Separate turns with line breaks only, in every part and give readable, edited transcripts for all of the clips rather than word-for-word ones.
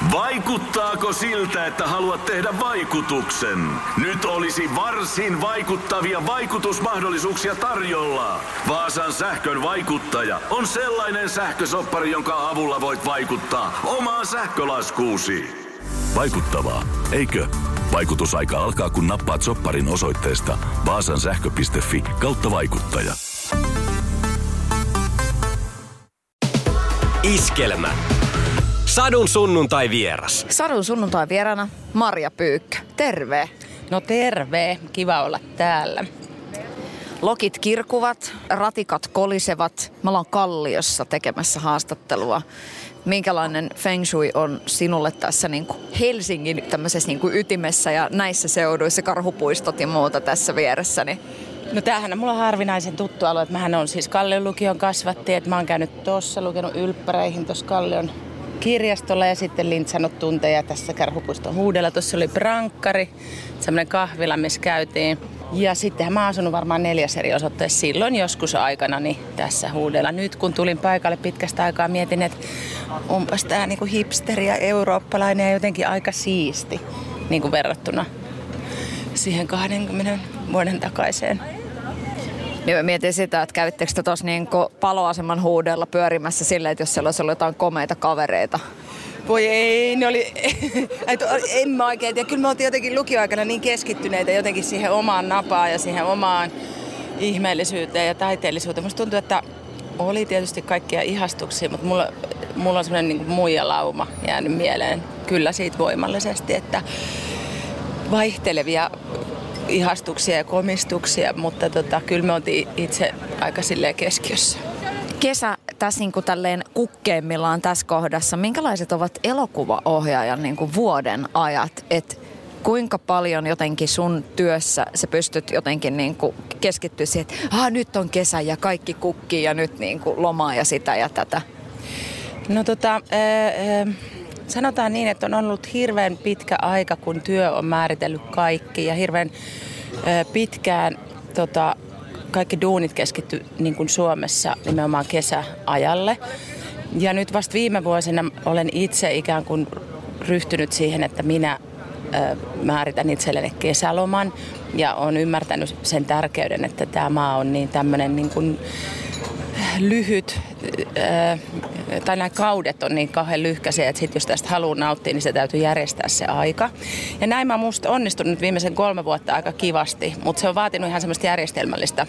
Vaikuttaako siltä, että haluat tehdä vaikutuksen? Nyt olisi varsin vaikuttavia vaikutusmahdollisuuksia tarjolla. Vaasan sähkön vaikuttaja on sellainen sähkösoppari, jonka avulla voit vaikuttaa omaan sähkölaskuusi. Vaikuttavaa, eikö? Vaikutusaika alkaa, kun nappaat sopparin osoitteesta vaasansähkö.fi/vaikuttaja.
Iskelmä. Sadun sunnuntai vieras.
Sadun sunnuntai vierana Marja Pyykkö. Terve.
No terve. Kiva olla täällä.
Lokit kirkuvat, ratikat kolisevat. Me ollaan Kalliossa tekemässä haastattelua. Minkälainen feng shui on sinulle tässä niin kuin Helsingin tämmöisessä niin kuin ytimessä ja näissä seuduissa, karhupuistot ja muuta tässä vieressäni?
No tämähän mulla on harvinaisen tuttu alue. Mähän on siis Kallion lukion kasvatti, että mä oon käynyt tuossa, lukenut ylppäreihin tuossa Kallion kirjastolla ja sitten lintsannut tunteja tässä Karhupuiston huudella. Tuossa oli prankkari, semmoinen kahvila, missä käytiin. Ja sittenhän mä oon asunut varmaan 4 eri osoitteessa silloin joskus aikanani tässä huudella. Nyt kun tulin paikalle pitkästä aikaa, mietin, että onpas tää niinku hipsteri ja eurooppalainen ja jotenkin aika siisti niinku verrattuna siihen 20 vuoden takaiseen.
Niin mä mietin sitä, että kävittekö te tuossa niinku paloaseman huudella pyörimässä silleen, että jos siellä olisi ollut jotain komeita kavereita?
Voi ei, ne oli, en mä oikein tiedä. Kyllä me oltiin jotenkin lukioaikana niin keskittyneitä jotenkin siihen omaan napaan ja siihen omaan ihmeellisyyteen ja taiteellisuuteen. Musta tuntuu, että oli tietysti kaikkia ihastuksia, mutta mulla on semmoinen niin kuin muijalauma jäänyt mieleen kyllä siitä voimallisesti, että vaihtelevia ihastuksia ja komistuksia, mutta kyllä me oltiin itse aika silleen keskiössä.
Kesä tässä niin kuin tälleen kukkeimmillaan tässä kohdassa. Minkälaiset ovat elokuvaohjaajan niin kuin vuoden ajat? Et kuinka paljon jotenkin sun työssä sä pystyt jotenkin niin kuin keskittyä siihen, että nyt on kesä ja kaikki kukkii ja nyt niin kuin lomaa ja sitä ja tätä?
No sanotaan niin, että on ollut hirveän pitkä aika, kun työ on määritellyt kaikki ja hirveän pitkään kaikki duunit keskitty niin kuin Suomessa nimenomaan kesäajalle. Ja nyt vasta viime vuosina olen itse ikään kuin ryhtynyt siihen, että minä määritän itselleni kesäloman ja olen ymmärtänyt sen tärkeyden, että tämä maa on niin tämmöinen niin kuin lyhyt, tai nämä kaudet on niin kauhean lyhkäisiä, että sit jos tästä haluaa nauttia, niin se täytyy järjestää se aika. Ja näin mä oon musta onnistunut nyt viimeisen 3 vuotta aika kivasti, mutta se on vaatinut ihan semmoista järjestelmällistä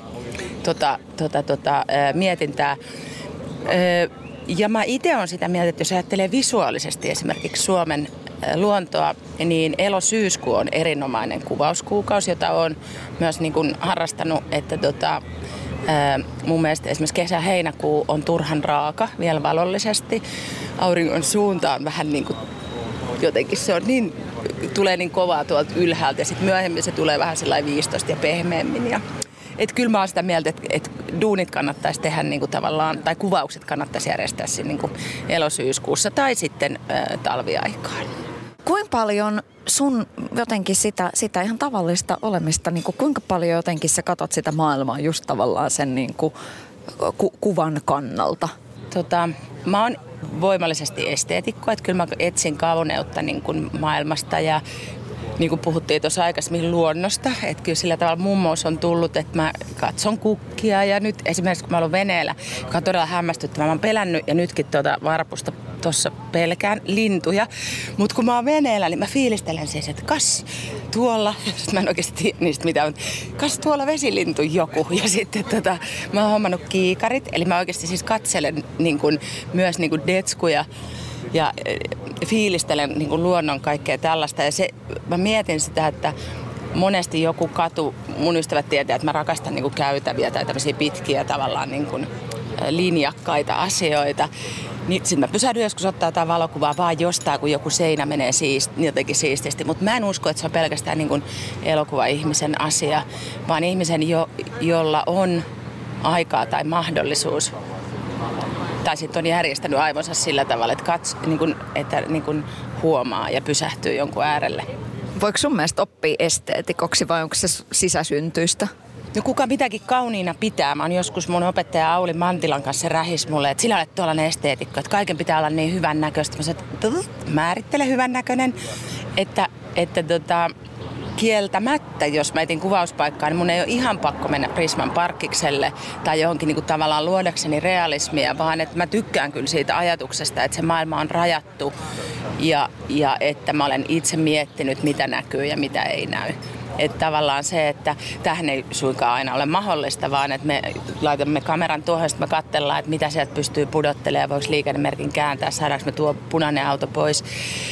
mietintää. Ja mä itse olen sitä mieltä, että jos ajattelee visuaalisesti esimerkiksi Suomen luontoa, niin elo-syyskuu on erinomainen kuvauskuukausi, jota olen myös niin kuin harrastanut, että mun mielestä esimerkiksi kesä-heinäkuu on turhan raaka vielä valollisesti. Auringon suunta on vähän niin kuin jotenkin se on niin, tulee niin kovaa tuolta ylhäältä ja sitten myöhemmin se tulee vähän sellainen viistosti ja pehmeämmin. Että kyllä mä oon sitä mieltä, että duunit kannattaisi tehdä niin kuin tavallaan, tai kuvaukset kannattaisi järjestää siinä niin kuin elo-syyskuussa tai sitten talviaikaan.
Kuinka paljon sun jotenkin sitä ihan tavallista olemista, niin kuinka paljon jotenkin sä katot sitä maailmaa just tavallaan sen niin kuin kuvan kannalta?
Mä oon voimallisesti esteetikko, että kyllä mä etsin kauneutta niin kuin maailmasta ja niin kuin puhuttiin tuossa aikaisemmin luonnosta, että kyllä sillä tavalla mummous on tullut, että mä katson kukkia ja nyt esimerkiksi kun mä oon veneellä, joka on todella hämmästyttävää, mä oon pelännyt ja nytkin varpusta tuossa pelkään lintuja, mutta kun mä oon veneellä, niin mä fiilistelen siis, että kas tuolla, mä en oikeasti tiedä niistä mitä on, kas tuolla vesilintu joku ja sitten mä oon hommannut kiikarit, eli mä oikeasti siis katselen niin kuin, myös niin kuin detskuja ja fiilistelen niin kuin luonnon kaikkea tällaista. Ja mä mietin sitä, että monesti joku katu, mun ystävät tietää, että mä rakastan niin kuin käytäviä tai tämmöisiä pitkiä tavallaan niin kuin linjakkaita asioita. Niin sitten mä pysähdyn joskus ottaa jotain valokuvaa vaan jostain, kun joku seinä menee jotenkin siististi. Mutta mä en usko, että se on pelkästään niin kuin elokuva-ihmisen asia, vaan ihmisen, jolla on aikaa tai mahdollisuus tai sitten on järjestänyt aivonsa sillä tavalla, että huomaa ja pysähtyy jonkun äärelle.
Voiko sun mielestä oppia esteetikoksi vai onko se sisäsyntyistä?
No kuka mitäkin kauniina pitää. Mä oon joskus mun opettaja Auli Mantilan kanssa rähis mulle, että sinä olet tuollainen esteetikko, että kaiken pitää olla niin hyvän näköistä. Mä sanoin, että määrittele hyvän näköinen, että kieltämättä, jos mä etin kuvauspaikkaa, niin mun ei ole ihan pakko mennä Prisman parkkikselle tai johonkin niin kuin tavallaan luodakseni realismia, vaan että mä tykkään kyllä siitä ajatuksesta, että se maailma on rajattu ja että mä olen itse miettinyt, mitä näkyy ja mitä ei näy. Että tavallaan se, että tähän ei suinkaan aina ole mahdollista, vaan että me laitamme kameran tuohon, ja me katsellaan, että mitä sieltä pystyy pudottelemaan, voiko liikennemerkin kääntää, saadaanko me tuo punainen auto pois.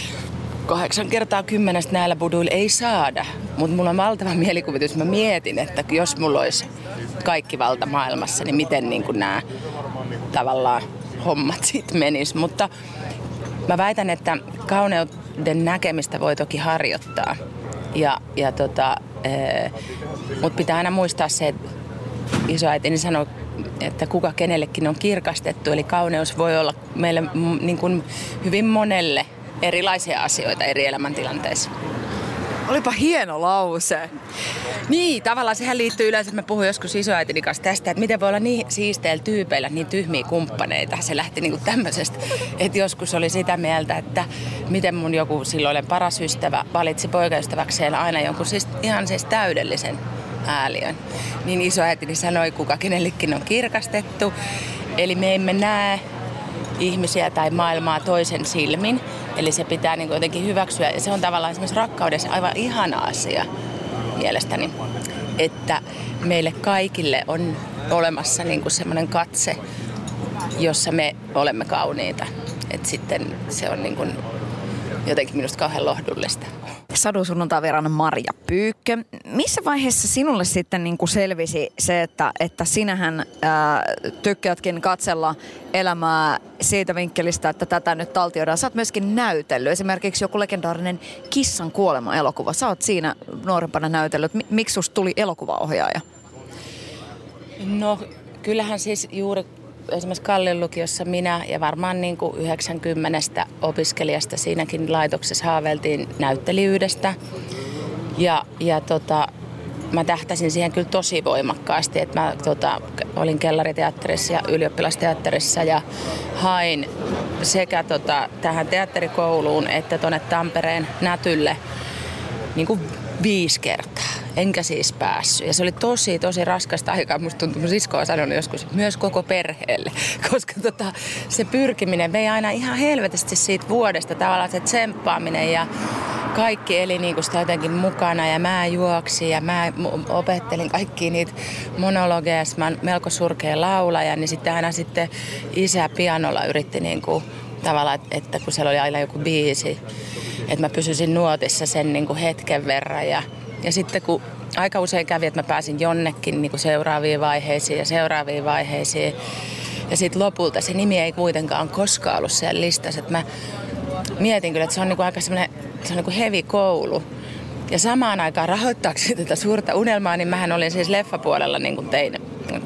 8x10 näillä buduilla ei saada, mutta mulla on valtava mielikuvitus. Mä mietin, että jos mulla olisi kaikki valta maailmassa, niin miten niin kuin nämä tavallaan hommat sitten menis. Mutta mä väitän, että kauneuden näkemistä voi toki harjoittaa. Mutta pitää aina muistaa se, että isoäitini sanoi, että kuka kenellekin on kirkastettu. Eli kauneus voi olla meille niin kuin hyvin monelle erilaisia asioita eri elämäntilanteissa.
Olipa hieno lause.
Niin, tavallaan sehän liittyy yleensä, että mä puhuin joskus isoäitini kanssa tästä, että miten voi olla niin siisteillä tyypeillä niin tyhmiä kumppaneita. Se lähti niin kuin tämmöisestä, että joskus oli sitä mieltä, että miten mun joku silloinen paras ystävä valitsi poikaystäväkseen aina jonkun ihan täydellisen ääliön. Niin isoäitini sanoi, kuka kenellekin on kirkastettu. Eli me emme näe ihmisiä tai maailmaa toisen silmin. Eli se pitää niin kuin jotenkin hyväksyä. Ja se on tavallaan esimerkiksi rakkaudessa aivan ihana asia mielestäni, että meille kaikille on olemassa niin kuin semmoinen katse, jossa me olemme kauniita. Että sitten se on niin kuin jotenkin minusta kauhean lohdullista.
Sadun sunnuntai-vieraana Marja Pyykkö. Missä vaiheessa sinulle sitten niin kuin selvisi se, että sinähän tykkätkin katsella elämää siitä vinkkelistä, että tätä nyt taltioidaan? Sä oot myöskin näytellyt. Esimerkiksi joku legendaarinen Kissan kuolema-elokuva. Sä oot siinä nuorempana näytellyt. Miksi susta tuli elokuvaohjaaja?
No kyllähän siis juuri esimerkiksi Kallin lukiossa minä ja varmaan niin kuin 90 opiskelijasta siinäkin laitoksessa haaveiltiin näyttelijyydestä. Mä tähtäsin siihen kyllä tosi voimakkaasti, että mä olin kellariteatterissa ja ylioppilasteatterissa ja hain sekä tähän teatterikouluun että tuonne Tampereen Nätylle niin kuin 5 kertaa. Enkä siis päässyt. Ja se oli tosi raskasta aikaa. Musta tuntui, mun sisko on sanonut joskus, myös koko perheelle. Koska se pyrkiminen vei aina ihan helvetisti siitä vuodesta. Tavallaan se tsemppaaminen ja kaikki eli niin kuin sitä jotenkin mukana. Ja mä juoksin ja mä opettelin kaikkia niitä monologeja. Mä oon melko surkea laulaja. Niin sitten aina isä pianolla yritti niin kuin, tavallaan, että kun siellä oli aina joku biisi, että mä pysyisin nuotissa sen niin kuin hetken verran. Ja sitten kun aika usein kävi, että mä pääsin jonnekin niin kuin seuraaviin vaiheisiin. Ja sitten lopulta se nimi ei kuitenkaan koskaan ollut siellä listassa. Että mä mietin kyllä, että se on niin kuin aika semmoinen, se on niin kuin heavy koulu. Ja samaan aikaan rahoittaakseni tätä suurta unelmaa, niin mähän olin siis leffapuolella, niin kuin tein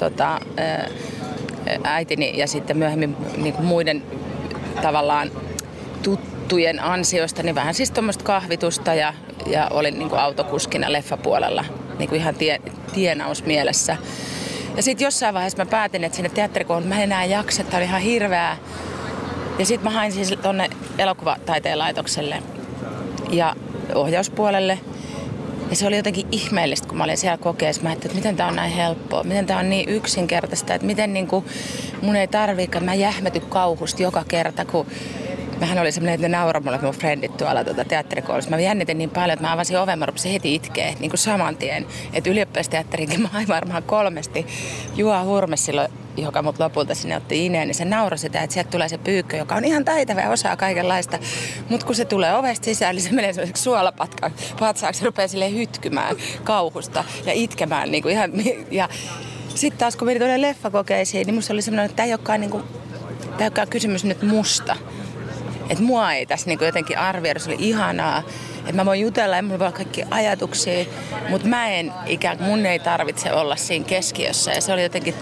äitini ja sitten myöhemmin niin kuin muiden tavallaan tuttujen ansiosta, niin vähän siis tuommoista kahvitusta ja olin niin kuin autokuskina leffapuolella niin kuin ihan tienausmielessä. Ja sitten jossain vaiheessa mä päätin, että sinne teatterikouluun mä en enää jaksa, että oli ihan hirveää. Ja sitten mä hain siis tuonne elokuvataiteen laitokselle ja ohjauspuolelle. Ja se oli jotenkin ihmeellistä, kun mä olin siellä kokeessa. Mä ajattelin, että miten tää on näin helppoa, miten tää on niin yksinkertaista, että miten niin kuin mun ei tarviikaan, mä jähmety kauhusta joka kerta, kun mähän oli semmoinen, että ne nauraa mulle mun frendit tuolla teatterikoulussa. Mä jännitin niin paljon, että mä avasin oven, mä rupesin heti itkee niin kuin saman tien. Että ylioppilasteatteriinkin mä hain varmaan 3. Juha Hurme silloin, joka mut lopulta sinne otti ineen, niin se nauroi sitä, että sieltä tulee se Pyykkö, joka on ihan taitava ja osaa kaikenlaista. Mutta kun se tulee ovesta sisään, niin se menee semmoiseksi suolapatsaaksi, se rupeaa silleen hytkymään kauhusta ja itkemään niin kuin ihan. Ja sitten taas kun meni tuonne leffakokeisiin, niin musta oli semmoinen, että tämä ei olekaan kysymys nyt musta. Että mua ei tässä niin jotenkin arvioida, se oli ihanaa. Että mä voin jutella ja mulla voi olla kaikki ajatuksia, mutta mun ei tarvitse olla siinä keskiössä. Ja se oli jotenkin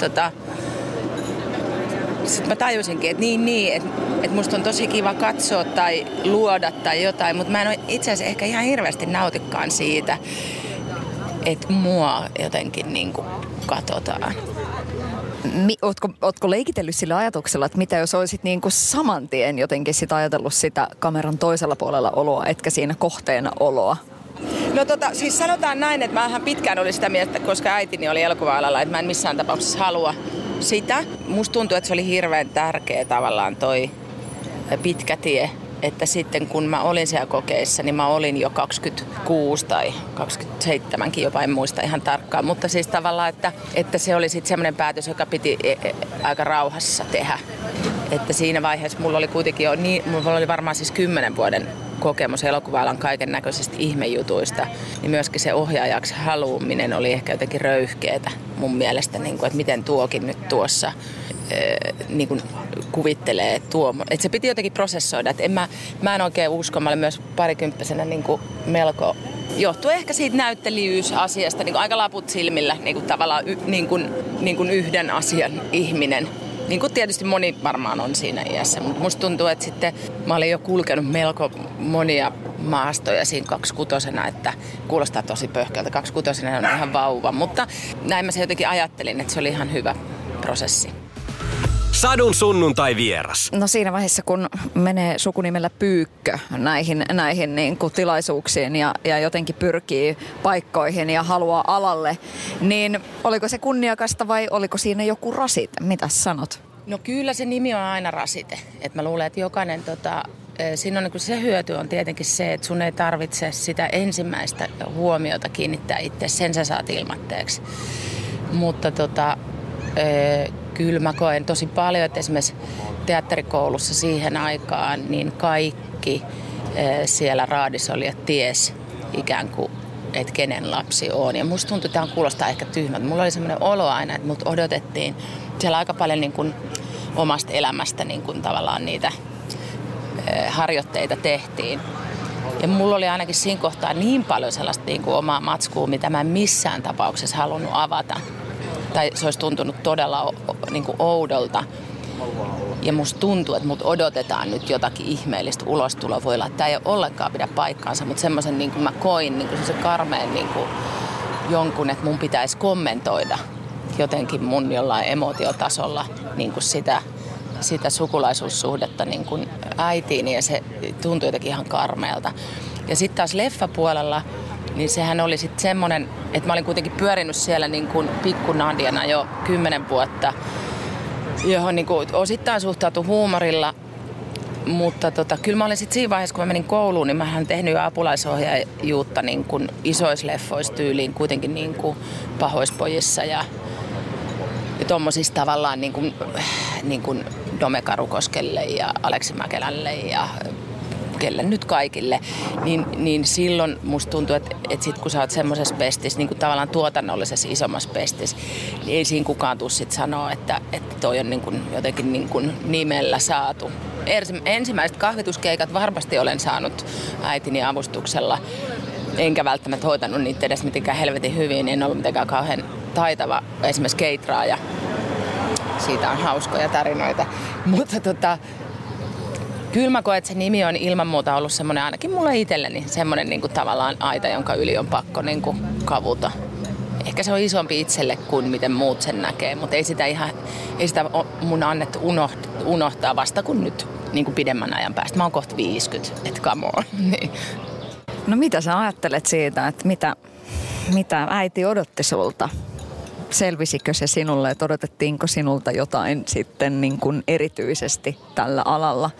sitten mä tajusinkin, että että musta on tosi kiva katsoa tai luoda tai jotain, mutta mä en ole itse asiassa ehkä ihan hirveästi nautikaan siitä. että mua jotenkin niin kuin katsotaan.
Ootko leikitellyt sillä ajatuksella, että mitä jos olisit niin kuin saman tien jotenkin sitä ajatellut sitä kameran toisella puolella oloa, etkä siinä kohteena oloa?
No siis sanotaan näin, että mähän pitkään olin sitä mieltä, koska äitini oli elokuva-alalla, että mä en missään tapauksessa halua sitä. Musta tuntuu, että se oli hirveän tärkeä tavallaan toi pitkä tie. Että sitten kun mä olin siellä kokeissa, niin mä olin jo 26 tai 27kin jopa, en muista ihan tarkkaan. Mutta siis tavallaan, että se oli sitten semmoinen päätös, joka piti aika rauhassa tehdä. Että siinä vaiheessa mulla oli kuitenkin jo mulla oli varmaan siis 10 vuoden kokemus elokuva-alan kaiken näköisistä ihmejutuista. Niin myöskin se ohjaajaksi haluuminen oli ehkä jotenkin röyhkeetä mun mielestä, niin kuin, että miten tuokin nyt tuossa niin kuin kuvittelee tuo. Että se piti jotenkin prosessoida. Että mä en oikein usko, mä olin myös parikymppisenä niin kuin melko, johtui ehkä siitä näyttelijyysasiasta, niin kuin aika laput silmillä, niin kuin tavallaan niin kuin yhden asian ihminen. Niin kuin tietysti moni varmaan on siinä iässä, mutta musta tuntuu, että sitten mä olin jo kulkenut melko monia maastoja siinä 26-vuotiaana, että kuulostaa tosi pöhkältä. 26-vuotiaana on ihan vauva, mutta näin mä se jotenkin ajattelin, että se oli ihan hyvä prosessi.
Sadun sunnuntai vieras.
No siinä vaiheessa, kun menee sukunimellä Pyykkö näihin niin kuin tilaisuuksiin ja jotenkin pyrkii paikkoihin ja haluaa alalle, niin oliko se kunniakasta vai oliko siinä joku rasite? Mitäs sanot?
No kyllä se nimi on aina rasite. Et mä luulen, että jokainen, siinä on niin kuin se hyöty on tietenkin se, että sun ei tarvitse sitä ensimmäistä huomiota kiinnittää itse, sen sä saat ilmatteeksi. Mutta kyllä mä koen tosi paljon, että esimerkiksi teatterikoulussa siihen aikaan niin kaikki siellä raadisolijat ties ikään kuin, että kenen lapsi on. Ja musta tuntuu, että tämä kuulostaa ehkä tyhmältä. Mulla oli semmoinen olo aina, että mut odotettiin siellä aika paljon niin kuin omasta elämästä niin kuin tavallaan niitä harjoitteita tehtiin. Ja mulla oli ainakin siinä kohtaa niin paljon sellaista niin kuin omaa matskua, mitä mä en missään tapauksessa halunnut avata. Tai se olisi tuntunut todella niin kuin oudolta. Ja musta tuntuu, että mut odotetaan nyt jotakin ihmeellistä ulostuloa. Voi olla, että tämä ei ollenkaan pidä paikkaansa, mutta semmoisen niin kuin mä koin niin kuin se karmeen niin kuin jonkun, että mun pitäisi kommentoida jotenkin mun jollain emootiotasolla niin kuin sitä sukulaisuussuhdetta niin kuin äitiini, ja se tuntui jotenkin ihan karmeelta. Ja sitten taas leffapuolella, niin sehän oli sitten semmoinen, että mä olin kuitenkin pyörinyt siellä niin kuin pikkunadjana jo 10 vuotta, johon niin kuin osittain suhtautui huumorilla. Mutta kyllä mä olin sitten siinä vaiheessa, kun mä menin kouluun, niin mähän tehnyt jo apulaisohjaajuutta niin kuin isoissa leffoissa tyyliin, kuitenkin niin kuin Pahoispojissa ja tommosissa tavallaan niin kuin Dome Karukoskelle ja Aleksi Mäkelälle ja kelle nyt kaikille, niin silloin musta tuntuu, että sit kun sä oot semmoisessa pestissä, niin kuin tavallaan tuotannollisessa isommassa pestissä, niin ei siinä kukaan tuu sit sanoa, että toi on niin kuin jotenkin niin kuin nimellä saatu. Ensimmäiset kahvituskeikat varmasti olen saanut äitini avustuksella, enkä välttämättä hoitanut niitä edes mitenkään helvetin hyvin, en ollut mitenkään kauhean taitava esimerkiksi keitraaja. Siitä on hauskoja tarinoita, mutta kyllä mä koen, että se nimi on ilman muuta ollut semmoinen, ainakin mulle itselleni, semmoinen niin kuin tavallaan aita, jonka yli on pakko niin kuin kavuta. Ehkä se on isompi itselle kuin miten muut sen näkee, mutta ei sitä mun annettu unohtaa vasta kuin nyt niin kuin pidemmän ajan päästä. Mä oon kohta 50, et come on. Niin.
No mitä sä ajattelet siitä, että mitä äiti odotti sulta? Selvisikö se sinulle, että odotettiinko sinulta jotain sitten niin kuin erityisesti tällä alalla?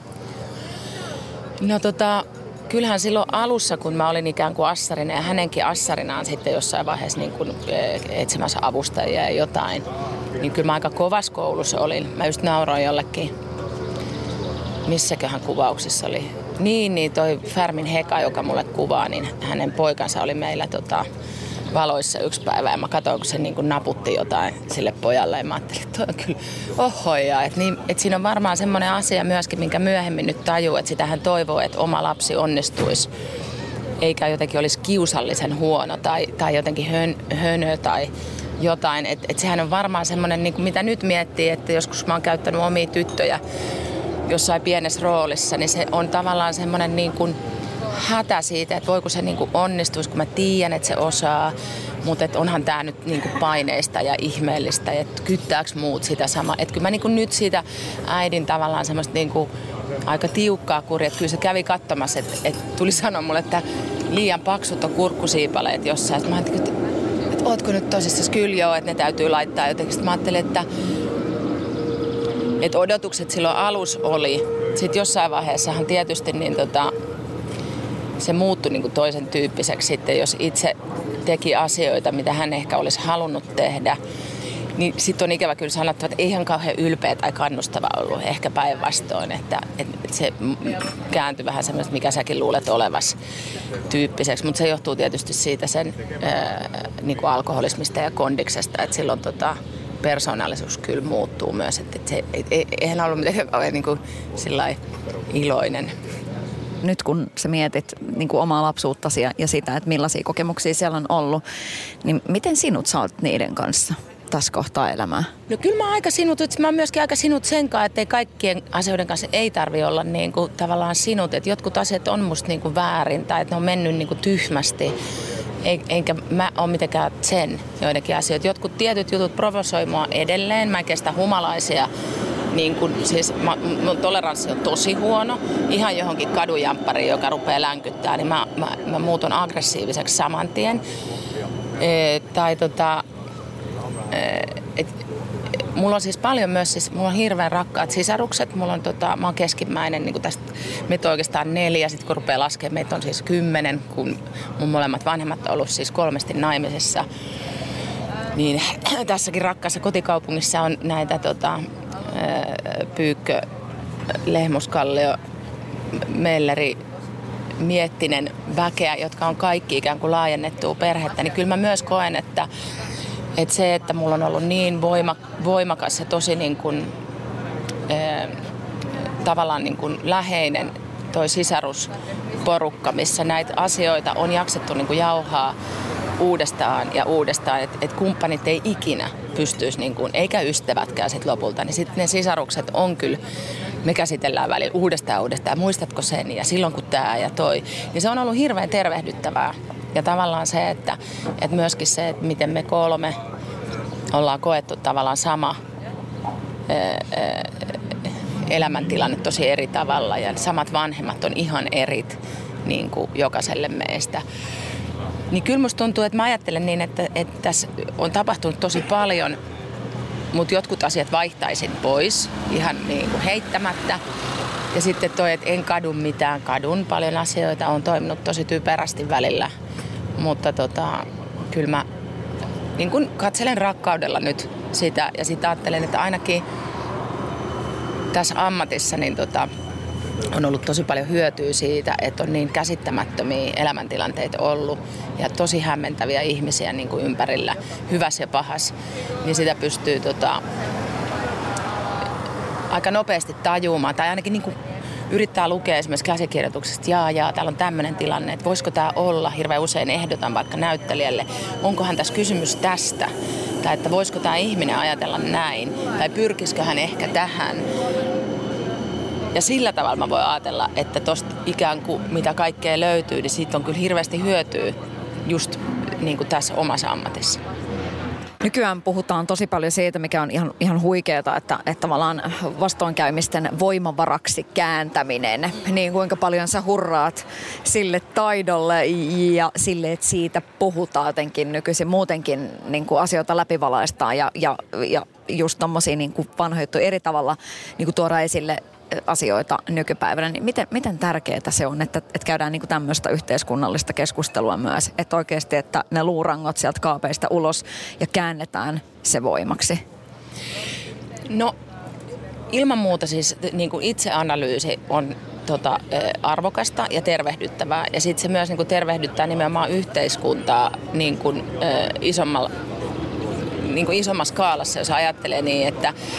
No kyllähän silloin alussa, kun mä olin ikään kuin assarina ja hänenkin assarinaan sitten jossain vaiheessa niin kuin etsimässä avustajia ja jotain, niin kyllä mä aika kovassa koulussa olin. Mä just nauroin jollekin, missäköhän kuvauksissa oli. Niin toi Färmin Heka, joka mulle kuvaa, niin hänen poikansa oli meillä valoissa yksi päivä ja mä katsoin, kun se niin kuin naputti jotain sille pojalle ja mä ajattelin, että toi on kyllä ohoja. Että siinä on varmaan semmoinen asia myöskin, minkä myöhemmin nyt tajuu, että sitä hän toivoo, että oma lapsi onnistuisi. Eikä jotenkin olisi kiusallisen huono tai jotenkin hönö tai jotain. Että sehän on varmaan semmoinen, niin kuin mitä nyt miettii, että joskus mä oon käyttänyt omia tyttöjä jossain pienessä roolissa, niin se on tavallaan semmoinen niin kuin hätä siitä, että voiko se niin kuin onnistuisi, kun mä tiedän, että se osaa. Mutta onhan tää nyt niin kuin paineista ja ihmeellistä, että kyttääks muut sitä samaa. Että kyllä mä niin kuin nyt siitä äidin tavallaan semmoista niin kuin aika tiukkaa kuria. Että kyllä se kävi katsomassa, että tuli sanoa mulle, että liian paksut on kurkkusiipaleet jossain. Sitten mä ajattelin, että ootko nyt tosissaan? Kyllä joo, että ne täytyy laittaa jotenkin. Sitten mä ajattelin, että odotukset silloin alus oli. Sitten jossain vaiheessahan tietysti niin se muuttui niin kuin toisen tyyppiseksi sitten, jos itse teki asioita, mitä hän ehkä olisi halunnut tehdä. Niin sitten on ikävä kyllä sanottava, että ei ihan kauhean ylpeä tai kannustava ollut. Ehkä päinvastoin, että se kääntyi vähän semmoista, mikä säkin luulet olevas tyyppiseksi. Mutta se johtuu tietysti siitä sen niin kuin alkoholismista ja kondiksesta, että silloin persoonallisuus kyllä muuttuu myös. Että se eihän ollut mitenkään niin kuin sillai iloinen.
Nyt kun sä mietit niin kuin omaa lapsuuttasi ja sitä, että millaisia kokemuksia siellä on ollut, niin miten sinut sä oot niiden kanssa tässä kohtaa elämää?
No kyllä mä aika sinut, että mä oon myöskin aika sinut senkaan, että kaikkien asioiden kanssa ei tarvi olla niin kuin tavallaan sinut. Että jotkut asiat on musta niin kuin väärin tai että ne on mennyt niin kuin tyhmästi. Enkä mä ole mitenkään sen joidenkin asioita. Jotkut tietyt jutut provosoi mua edelleen. Mä en kestä humalaisia. Niin kun, siis mun toleranssi on tosi huono. Ihan johonkin kadujamppariin, joka rupeaa länkyttää, niin mä muutun aggressiiviseksi saman tien. Mulla on siis paljon myös, siis mulla on hirveän rakkaat sisarukset. Mä oon keskimmäinen, niin tästä meitä on oikeastaan 4, sit kun rupeaa laskemaan, meitä on siis 10, kun mun molemmat vanhemmat on ollut siis 3 naimisissa. Niin tässäkin rakkaassa kotikaupungissa on näitä Pyykkö, Lehmuskallio, Melleri, Miettinen väkeä, jotka on kaikki ikään kuin laajennettua perhettä, niin kyllä mä myös koen, että se, että mulla on ollut niin voimakas ja tosi niin kuin, tavallaan niin kuin läheinen toi sisarusporukka, missä näitä asioita on jaksettu niin kuin jauhaa uudestaan ja uudestaan, että kumppanit ei ikinä pystyisi, niin kuin, eikä ystävätkään sit lopulta, niin sitten ne sisarukset on kyllä, me käsitellään välillä uudestaan, muistatko sen ja silloin kun tää ja toi, niin se on ollut hirveän tervehdyttävää. Ja tavallaan se, että myöskin se, että miten me 3 ollaan koettu tavallaan sama elämäntilanne tosi eri tavalla ja samat vanhemmat on ihan erit niin kuin jokaiselle meistä. Niin kyllä musta tuntuu, että mä ajattelen niin, että tässä on tapahtunut tosi paljon, mutta jotkut asiat vaihtaisin pois ihan niin kuin heittämättä. Ja sitten toi, että en kadu mitään, kadun paljon asioita, on toiminut tosi typerästi välillä. Mutta kyllä mä niin kun katselen rakkaudella nyt sitä ja sitten ajattelen, että ainakin tässä ammatissa niin on ollut tosi paljon hyötyä siitä, että on niin käsittämättömiä elämäntilanteita ollut ja tosi hämmentäviä ihmisiä niin kuin ympärillä, hyvässä ja pahassa, niin sitä pystyy aika nopeasti tajumaan tai ainakin niin kuin yrittää lukea esimerkiksi käsikirjoituksesta, täällä on tämmöinen tilanne, että voisiko tämä olla, hirveän usein ehdotan vaikka näyttelijälle, onkohan tässä kysymys tästä, tai että voisiko tämä ihminen ajatella näin, tai pyrkisikö hän ehkä tähän. Ja sillä tavalla mä voin ajatella, että tosta ikään kuin mitä kaikkea löytyy, niin siitä on kyllä hirveästi hyötyä just niin kuin tässä omassa ammatissa.
Nykyään puhutaan tosi paljon siitä, mikä on ihan huikeeta, että tavallaan vastoinkäymisten voimavaraksi kääntäminen. Niin kuinka paljon sä hurraat sille taidolle ja sille, että siitä puhutaan jotenkin nykyisin. Muutenkin niin kuin asioita läpivalaistaan ja just tommosia niin kuin vanhoja juttuja eri tavalla niin kuin tuodaan esille asioita nykypäivänä, niin miten tärkeää se on, että käydään niin kuin tämmöistä yhteiskunnallista keskustelua myös, että oikeasti, että ne luurangot sieltä kaapeista ulos ja käännetään se voimaksi?
No ilman muuta siis niin kuin itseanalyysi on arvokasta ja tervehdyttävää ja sitten se myös niin kuin tervehdyttää nimenomaan yhteiskuntaa niin kuin, isommassa skaalassa, jos ajattelee niin,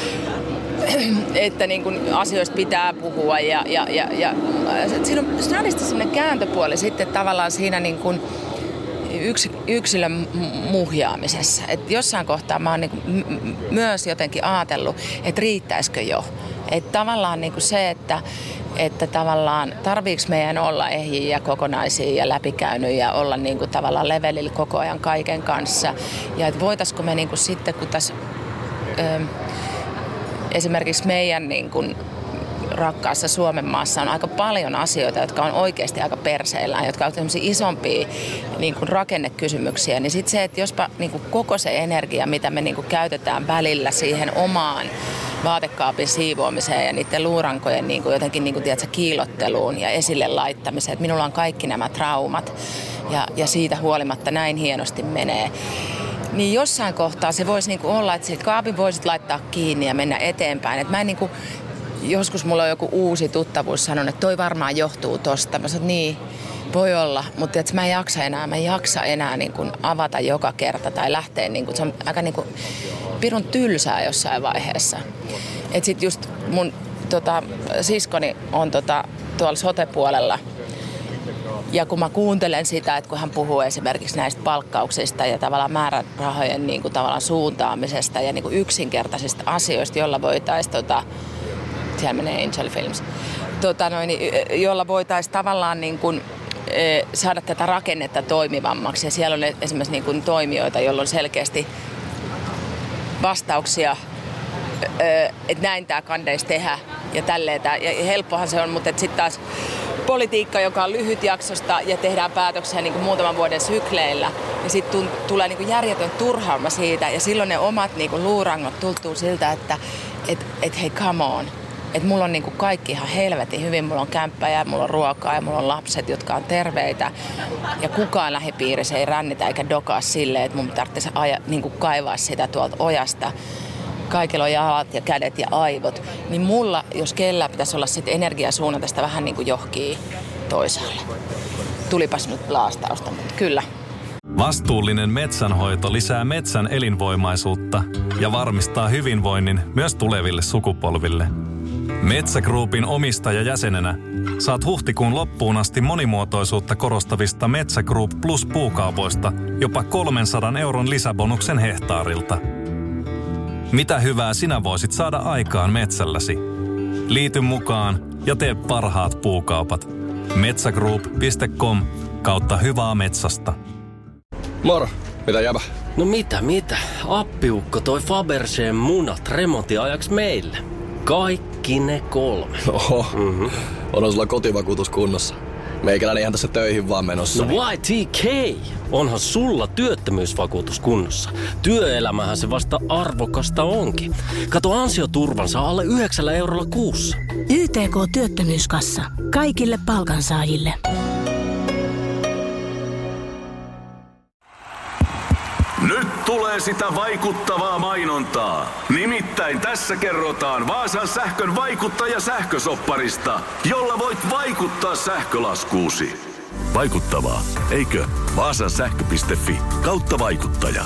että niin kuin asioista pitää puhua ja siinä on sellainen kääntöpuoli sitten tavallaan siinä niin kuin yksilön muhjaamisessa. Et jossain kohtaa mä oon niin kuin myös jotenkin ajatellut, että riittäisikö jo. Että tavallaan niin kuin se, että että tavallaan tarviiko meidän olla ehjiä ja kokonaisia ja läpikäynyt ja olla niin kuin tavallaan levelillä koko ajan kaiken kanssa. Ja että voitaisiko me niin kuin sitten, kun tässä esimerkiksi meidän niin kuin rakkaassa Suomen maassa on aika paljon asioita, jotka on oikeasti aika perseillään, jotka on sellaisia isompia niin kuin rakennekysymyksiä, niin sitten se, että jospa niin kuin koko se energia, mitä me niin kuin käytetään välillä siihen omaan vaatekaapin siivoamiseen ja niiden luurankojen niin kuin jotenkin niin kuin, tiedätkö, kiillotteluun ja esille laittamiseen, että minulla on kaikki nämä traumat ja siitä huolimatta näin hienosti menee. Niin jossain kohtaa se voisi niin kuin olla, että se kaapin voisit laittaa kiinni ja mennä eteenpäin. Että mä en niin kuin, joskus mulla on joku uusi tuttavuus sanonut, että toi varmaan johtuu tosta. Mä sanoin, niin voi olla, mutta mä en jaksa enää niin kuin avata joka kerta tai lähteä. Niin kuin, se on aika niin kuin pirun tylsää jossain vaiheessa. Että sit just mun siskoni on tuolla sote-puolella. Ja kun mä kuuntelen sitä, että kun hän puhuu esimerkiksi näistä palkkauksista ja tavallaan määrärahojen niin kuin tavallaan suuntaamisesta ja niin kuin yksinkertaisista asioista, jolla voitaisiin, siellä menee Angel Films, jolla voitaisiin tavallaan niin kuin, saada tätä rakennetta toimivammaksi. Ja siellä on esimerkiksi niin kuin toimijoita, joilla on selkeästi vastauksia, että näin tämä kandeisi tehdä ja tälleen. Ja helppohan se on, mutta sitten taas politiikka, joka on lyhytjaksosta ja tehdään päätöksiä niin kuin muutaman vuoden sykleillä, niin sitten tulee niin kuin järjetön turhauma siitä ja silloin ne omat niin kuin luurangot tuntuu siltä, että hei come on, että mulla on niin kuin kaikki ihan helvetin hyvin, mulla on kämppä ja mulla on ruokaa ja mulla on lapset, jotka on terveitä ja kukaan lähipiirissä ei rännitä eikä dokaa silleen, että mun tarvitsisi niin kuin kaivaa sitä tuolta ojasta. Kaikilla on jalat ja kädet ja aivot, niin mulla, jos kellä, pitäisi olla sitten energiasuunnata sitä vähän niin kuin johonkin toisaalle. Tulipas nyt laastausta, mutta kyllä.
Vastuullinen metsänhoito lisää metsän elinvoimaisuutta ja varmistaa hyvinvoinnin myös tuleville sukupolville. Metsä Groupin omistajajäsenenä saat huhtikuun loppuun asti monimuotoisuutta korostavista Metsä Group Plus puukaupoista jopa 300 € lisäbonuksen hehtaarilta. Mitä hyvää sinä voisit saada aikaan metsälläsi? Liity mukaan ja tee parhaat puukaupat. Metsägroup.com/hyvää metsästä.
Moro, mitä jäbä?
No mitä? Appiukko toi Faberseen munat remontiajaksi meille. Kaikki ne 3.
Oho, onhan sulla kotivakuutus kunnossa. Meikäläinen ihan tässä töihin vaan menossa.
No YTK! Onhan sulla työttömyysvakuutus kunnossa. Työelämähän se vasta arvokasta onkin. Kato ansioturvansa alle 9 € kuussa.
YTK Työttömyyskassa. Kaikille palkansaajille.
Nyt tulee sitä vaikuttavaa mainontaa. Nimittäin tässä kerrotaan Vaasan sähkön vaikuttaja-sähkösopparista, jolla voit vaikuttaa sähkölaskuusi. Vaikuttavaa, eikö? Vaasansähkö.fi/vaikuttaja.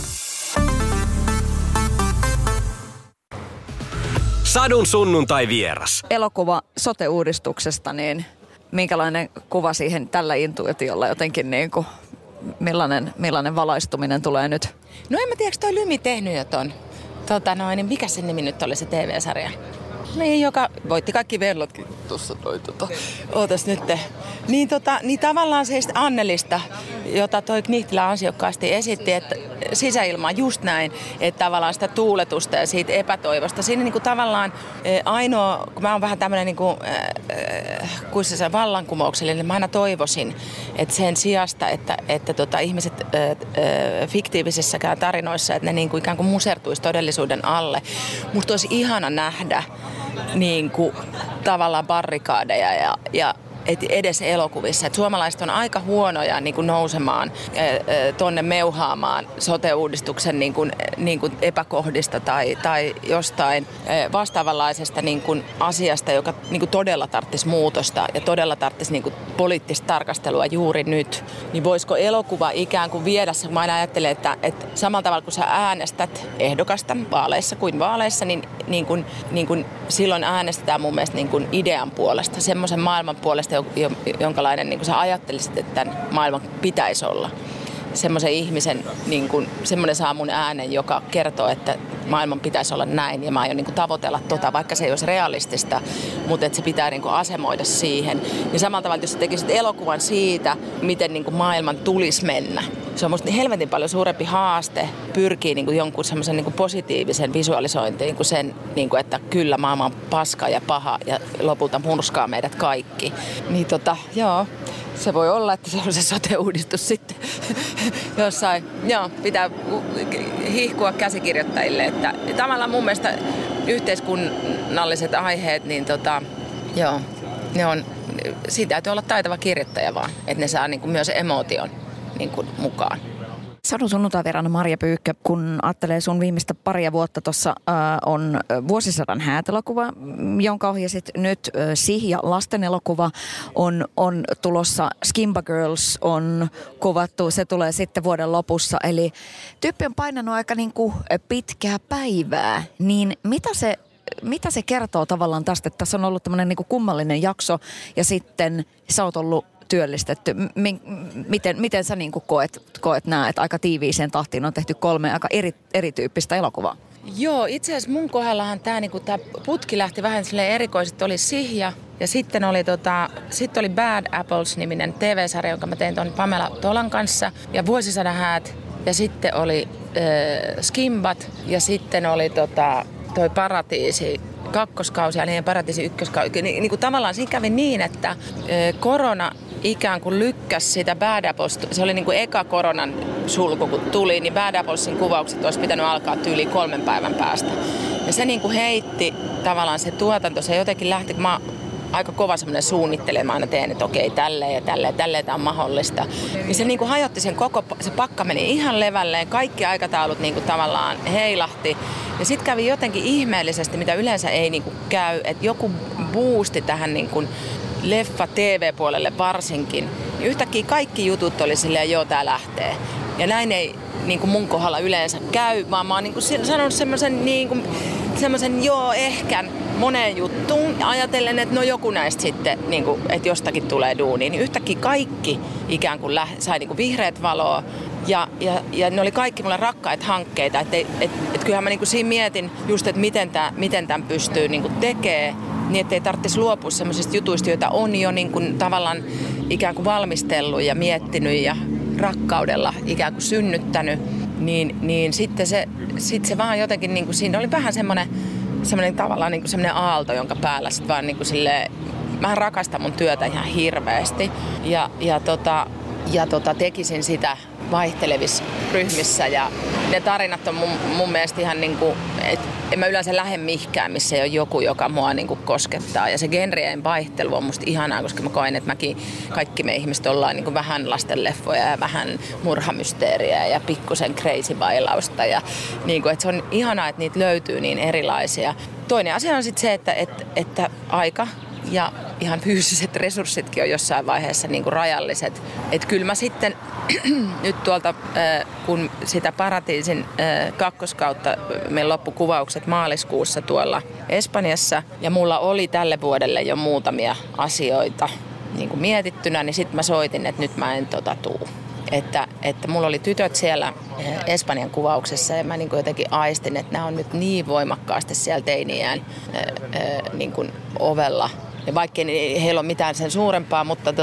Sadun sunnuntai vieras.
Elokuva sote-uudistuksesta, niin minkälainen kuva siihen tällä intuitiolla jotenkin niin kuin, millainen valaistuminen tulee nyt?
No en mä tiedä, toi Lymi tehnyt jo ton? Niin mikä sen nimi nyt oli se TV-sarja? Niin, joka voitti kaikki vellotkin tuossa ootas nyt. Niin tavallaan se Annelista, jota toi Knihtilä ansiokkaasti esitti, että sisäilma just näin, että tavallaan sitä tuuletusta ja siitä epätoivosta. Siinä niinku tavallaan ainoa, kun mä oon vähän tämmönen niinku, kuinka se vallankumouksellinen, niin mä aina toivoisin, että sen sijasta, että ihmiset fiktiivisissäkään tarinoissa, että ne niinku ikään kuin musertuisi todellisuuden alle. Musta olisi ihana nähdä niinku tavallaan barrikaadeja ja edes elokuvissa. Et suomalaiset on aika huonoja niin kuin nousemaan tonne meuhaamaan sote-uudistuksen niin kuin epäkohdista tai jostain vastaavanlaisesta niin kuin asiasta, joka niin kuin todella tarvitsisi muutosta ja todella tarvitsisi niin kuin poliittista tarkastelua juuri nyt. Niin voisiko elokuva ikään kuin viedä, kun mä aina ajattelen, että samalla tavalla kun sä äänestät ehdokasta vaaleissa kuin vaaleissa, niin kuin silloin äänestetään mun mielestä niin kuin idean puolesta, semmoisen maailman puolesta, jonkalainen niin kuin sä ajattelisit, että tämän maailman pitäisi olla. semmoisen ihmisen, niin kuin, semmoinen saa mun äänen, joka kertoo, että maailman pitäisi olla näin ja mä aion niin kuin tavoitella vaikka se ei olisi realistista, mutta että se pitää niin kuin asemoida siihen. Ja samalla tavalla, jos sä tekisit elokuvan siitä, miten niin kuin maailman tulisi mennä. Se on musta helvetin paljon suurempi haaste pyrkii niin kuin jonkun semmoisen niin kuin positiivisen visualisointiin kuin sen, niin kuin, että kyllä maailma on paska ja paha ja lopulta murskaa meidät kaikki. Niin joo. Se voi olla, että se on se sote-uudistus sitten jossain. Joo, pitää hihkua käsikirjoittajille. Että tavallaan mun mielestä yhteiskunnalliset aiheet, niin joo, ne on, siitä täytyy olla taitava kirjoittaja vaan, että ne saa niin kuin myös emootion niin kuin mukaan.
Sadun sunnuntai-vieraana Marja Pyykkö, kun ajattelee sun viimeistä paria vuotta, tuossa on Vuosisadan häät-elokuva, jonka ohjasit nyt. Sihja lasten elokuva on tulossa, Skimba Girls on kuvattu, se tulee sitten vuoden lopussa. Eli tyyppi on painanut aika niin kuin pitkää päivää, niin mitä se kertoo tavallaan tästä, että tässä on ollut tämmöinen niin kuin kummallinen jakso ja sitten sä oot ollut työllistetty. Miten sä niin kuin koet nää, että aika tiiviiseen tahtiin on tehty 3 aika erityyppistä elokuvaa?
Joo, itse asiassa mun kohdallahan tää putki lähti vähän silleen erikoisesti. Oli Sihja ja sitten oli Bad Apples-niminen TV-sarja, jonka mä tein tuon Pamela Tolan kanssa. Ja Vuosisadan häät ja sitten oli Skimbat ja sitten oli toi Paratiisi kakkoskausi ja niin Paratiisi ykköskausi. Niin kuin tavallaan siinä kävi niin, että korona ikään kuin lykkäsi sitä Bad Apples. Se oli niin kuin eka koronan sulku, kun tuli, niin Bad Applesin kuvaukset olisi pitänyt alkaa tyyliin 3 päivän päästä. Ja se niin kuin heitti tavallaan se tuotanto, se jotenkin lähti, kun mä aika kova semmoinen suunnittelija, mä aina teen, että okei, tälleen ja tälleen tämä on mahdollista. Niin se niin kuin hajotti sen se pakka meni ihan levälleen, kaikki aikataulut niin kuin tavallaan heilahti. Ja sitten kävi jotenkin ihmeellisesti, mitä yleensä ei niin kuin käy, että joku boosti tähän niin kuin leffa-TV-puolelle varsinkin. Yhtäkkiä kaikki jutut oli silleen, joo, tää lähtee. Ja näin ei niin kuin mun kohdalla yleensä käy, vaan mä oon niin kuin sanonut semmoisen joo, ehkä moneen juttuun. Ajatellen, että no joku näistä sitten, niin kuin, että jostakin tulee duuniin. Niin yhtäkkiä kaikki ikään kuin sai niin kuin vihreät valoa. Ja ne oli kaikki mulle rakkaita hankkeita. Että kyllähän mä niin kuin siinä mietin just, että miten tämän pystyy niin kuin tekemään. Niin, ettei tarvitsisi luopua semmoisista jutuista, joita on jo niin kuin tavallaan ikään kuin valmistellut ja miettinyt ja rakkaudella ikään kuin synnyttänyt. Niin sitten se vaan jotenkin, niin kuin siinä oli vähän semmoinen tavallaan niin kuin semmoinen aalto, jonka päällä sitten vaan niin kuin silleen, mä rakastan mun työtä ihan hirveästi. Ja tekisin sitä vaihtelevissa ryhmissä ja ne tarinat on mun mielestä ihan niin kuin, että en mä yleensä lähde mihinkään, missä ei ole joku, joka mua niin kuin koskettaa. Ja se genrien vaihtelu on musta ihanaa, koska mä koen, että kaikki me ihmiset ollaan niin kuin vähän lastenleffoja ja vähän murhamysteeriä ja pikkusen crazy bailausta. Ja niin kuin, että se on ihanaa, että niitä löytyy niin erilaisia. Toinen asia on sitten se, että aika ja ihan fyysiset resurssitkin on jossain vaiheessa niin kuin rajalliset. Että kyllä mä sitten nyt tuolta, kun sitä Paratiisin kakkoskautta, meillä loppukuvaukset maaliskuussa tuolla Espanjassa, ja mulla oli tälle vuodelle jo muutamia asioita niin kuin mietittynä, niin sitten mä soitin, että nyt mä en tuu. Että mulla oli tytöt siellä Espanjan kuvauksessa ja mä niin kuin jotenkin aistin, että nämä on nyt niin voimakkaasti siellä teiniään niin kuin ovella. Ja vaikkei heillä ole mitään sen suurempaa, mutta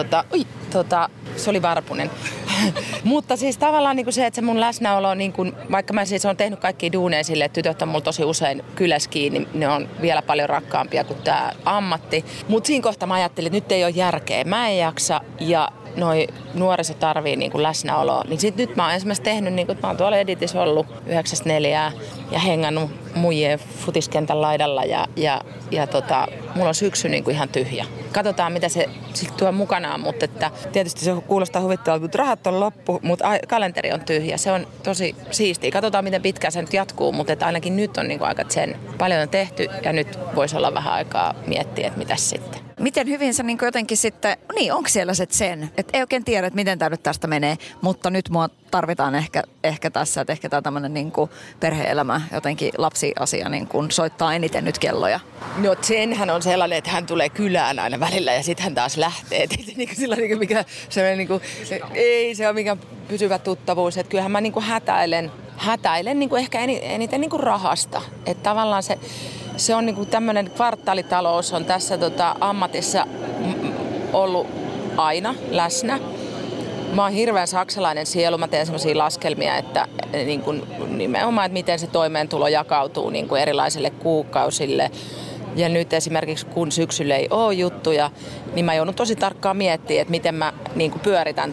se oli varpunen. Mutta siis tavallaan niin kuin se, että se mun läsnäolo, niin kuin, vaikka mä siis olen tehnyt kaikkia duuneja sille, että tytöt on mulla tosi usein kylässä kiinni, ne on vielä paljon rakkaampia kuin tää ammatti. Mutta siinä kohtaa mä ajattelin, että nyt ei ole järkeä. Mä en jaksa ja noi nuoriso tarvii niin kuin läsnäoloa. Niin sit nyt mä oon esimerkiksi tehnyt, niin kuin, mä oon tuolla Editissä ollut 9.4 ja hengannut muijien futiskentän laidalla ja mulla on syksy niin kuin ihan tyhjä. Katsotaan, mitä se sitten tuo mukanaan, mutta että tietysti se kuulostaa huvittavalta, mutta rahat on loppu, mutta kalenteri on tyhjä. Se on tosi siistiä. Katsotaan, miten pitkään se nyt jatkuu, mutta että ainakin nyt on niin kuin aika sen. Paljon on tehty ja nyt voisi olla vähän aikaa miettiä, että mitäs sitten.
miten hyvin sä niin jotenkin sitten, niin onko siellä se sen, että ei oikein tiedä, että miten tämä nyt tästä menee, mutta nyt mua tarvitaan ehkä tässä, että ehkä tämä tämmöinen niin perhe-elämä, jotenkin lapsiasia niin kuin soittaa eniten nyt kelloja.
No senhän on sellainen, että hän tulee kylään aina välillä ja sitten hän taas lähtee. Ei se niin sillä niin mikä niin kuin, ei se ole mikään pysyvä tuttavuus, että kyllähän mä niin kuin hätäilen niin kuin ehkä eniten niin kuin rahasta, että tavallaan se on niinku tämmöinen kvartaalitalous on tässä ammatissa ollut aina läsnä. Mä oon hirveän saksalainen sielu. Mä teen semmoisia laskelmia, että niin kuin nimenomaan, että miten se toimeentulo jakautuu niin kuin erilaisille kuukausille. Ja nyt esimerkiksi kun syksyllä ei ole juttuja, niin mä joudun tosi tarkkaan miettimään, että miten mä niin kuin pyöritän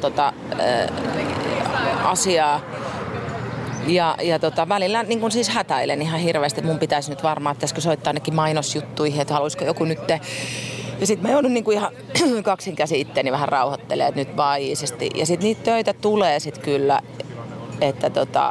asiaa. Ja välillä niin kun siis hätäilen ihan hirveästi, että mun pitäisi nyt varmaan, pitäisikö soittaa ainakin mainosjuttuihin, että haluaisiko joku nyt. Ja sitten mä joudun niin kuin ihan kaksin käsi itteeni vähän rauhoittelemaan, että nyt vaan iisisti. Ja sitten niitä töitä tulee sitten kyllä, että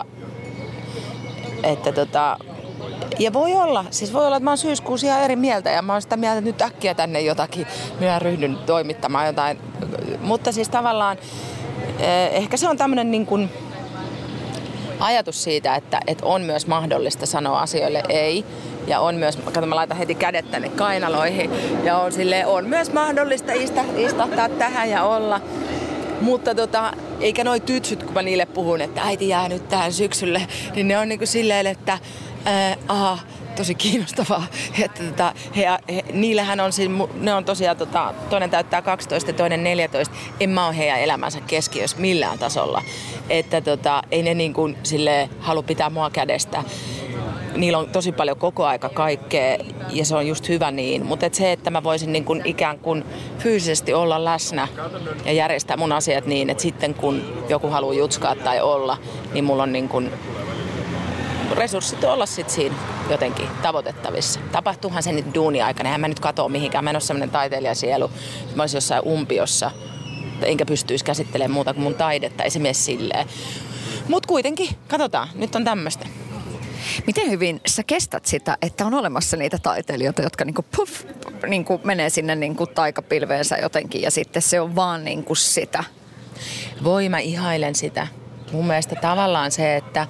ja voi olla, että mä oon syyskuussa ihan eri mieltä ja mä oon sitä mieltä, että nyt äkkiä tänne jotakin, minä ryhdyn toimittamaan jotain. Mutta siis tavallaan ehkä se on tämmöinen niin kuin ajatus siitä, että on myös mahdollista sanoa asioille ei. Ja on myös, mä laitan heti kädet tänne kainaloihin. Ja on myös mahdollista istahtaa tähän ja olla. Mutta eikä noi tytsyt, kun mä niille puhun, että äiti jää nyt tähän syksylle, niin ne on niinku silleen, että tosi kiinnostavaa. Että niillähän on siis, ne on tosiaan, toinen täyttää 12 ja toinen 14. En mä ole heidän elämänsä keskiössä millään tasolla. Että ei ne niin kuin silleen halua pitää mua kädestä. Niillä on tosi paljon koko aika kaikkea ja se on just hyvä niin. Mutta se, että mä voisin niin kuin ikään kuin fyysisesti olla läsnä ja järjestää mun asiat niin, että sitten kun joku haluaa jutskaa tai olla, niin mulla on niin kuin resurssit olla sitten siinä jotenkin tavoitettavissa. Tapahtuuhan se nyt duuni-aikana. En mä nyt katso mihinkään. Mä en ole sellainen taiteilijasielu. Mä olisin jossain umpiossa. Enkä pystyisi käsittelemään muuta kuin mun taidetta. Ei se mene silleen. Mut kuitenkin, katsotaan. Nyt on tämmöistä.
Miten hyvin sä kestät sitä, että on olemassa niitä taiteilijoita, jotka niinku puff, niinku menee sinne niinku taikapilveensä jotenkin ja sitten se on vaan niinku sitä?
Voi, mä ihailen sitä. Mun mielestä tavallaan se, että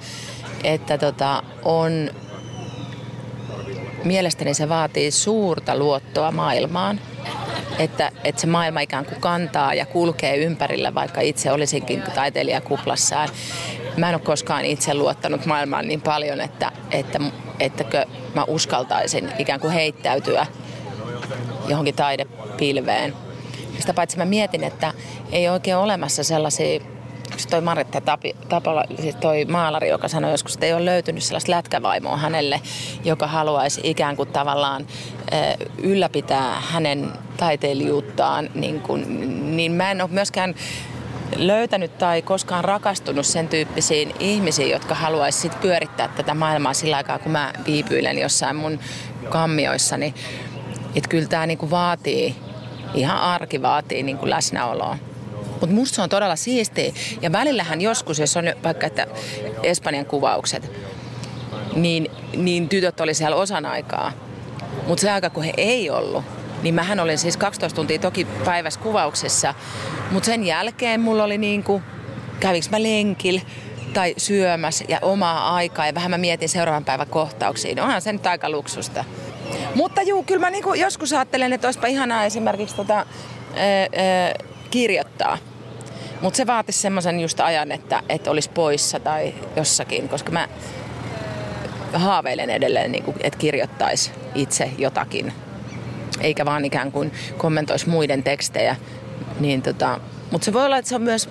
on mielestäni se vaatii suurta luottoa maailmaan. Että se maailma ikään kuin kantaa ja kulkee ympärillä, vaikka itse olisinkin taiteilijakuplassaan. Mä en ole koskaan itse luottanut maailmaan niin paljon, ettäkö mä uskaltaisin ikään kuin heittäytyä johonkin taidepilveen. Sitä paitsi mä mietin, että ei oikein olemassa sellaisia, toi Maretta Tapola, siis toi maalari, joka sanoi joskus, että ei ole löytynyt sellaista lätkävaimoa hänelle, joka haluaisi ikään kuin ylläpitää hänen taiteilijuuttaan, niin mä en ole myöskään löytänyt tai koskaan rakastunut sen tyyppisiin ihmisiin, jotka haluaisi sit pyörittää tätä maailmaa sillä aikaa, kun mä viipyilen jossain mun kammioissani. Että kyllä tää niinku vaatii, ihan arki vaatii niinku läsnäoloa. Mutta musta se on todella siistiä. Ja välillähän joskus, jos on vaikka että Espanjan kuvaukset, niin tytöt oli siellä osan aikaa. Mutta se aika, kun he ei ollut, niin mähän olin siis 12 tuntia toki päivässä kuvauksessa. Mutta sen jälkeen mulla oli niinku, käviks mä lenkillä tai syömässä ja omaa aikaa. Ja vähän mä mietin seuraavan päivän kohtauksia. Onhan se nyt aika luksusta. Mutta juu, kyllä mä niinku joskus ajattelen, että olisipa ihanaa esimerkiksi kirjoittaa. Mutta se vaatisi semmoisen just ajan, että olisi poissa tai jossakin, koska mä haaveilen edelleen, että kirjoittaisi itse jotakin. Eikä vaan ikään kuin kommentoisi muiden tekstejä. Mutta se voi olla, että se on myös,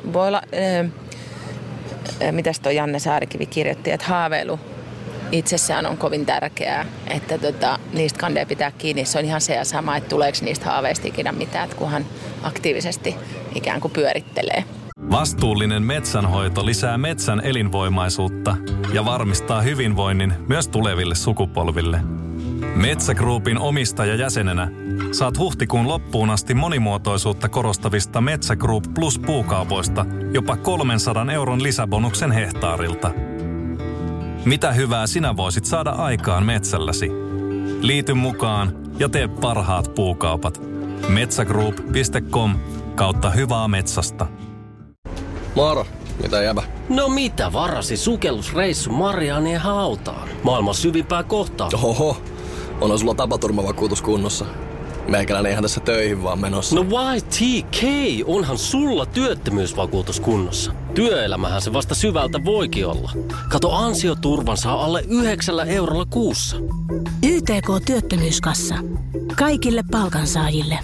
mitäs toi Janne Saarikivi kirjoitti, että haaveilu itsessään on kovin tärkeää, että niistä kandee pitää kiinni. Se on ihan se ja sama, että tuleeko niistä haaveista ikinä mitään, kunhan aktiivisesti ikään kuin pyörittelee.
Vastuullinen metsänhoito lisää metsän elinvoimaisuutta ja varmistaa hyvinvoinnin myös tuleville sukupolville. Metsä Groupin omistajajäsenenä saat huhtikuun loppuun asti monimuotoisuutta korostavista Metsä Group Plus puukaupoista jopa 300 € lisäbonuksen hehtaarilta. Mitä hyvää sinä voisit saada aikaan metsälläsi? Liity mukaan ja tee parhaat puukaupat. Metsagroup.com/hyvää metsästä.
Moro, mitä jäbä?
No mitä varasi sukellusreissu Marianien hautaan? Maailman syvimpää kohtaa.
Oho, onhan sulla tapaturmavakuutus kunnossa. Meikäläinen ihan tässä töihin vaan menossa.
No YTK, onhan sulla työttömyysvakuutus kunnossa. Työelämähän se vasta syvältä voikin olla. Kato, ansioturvan saa alle 9 eurolla kuussa.
YTK Työttömyyskassa. Kaikille palkansaajille.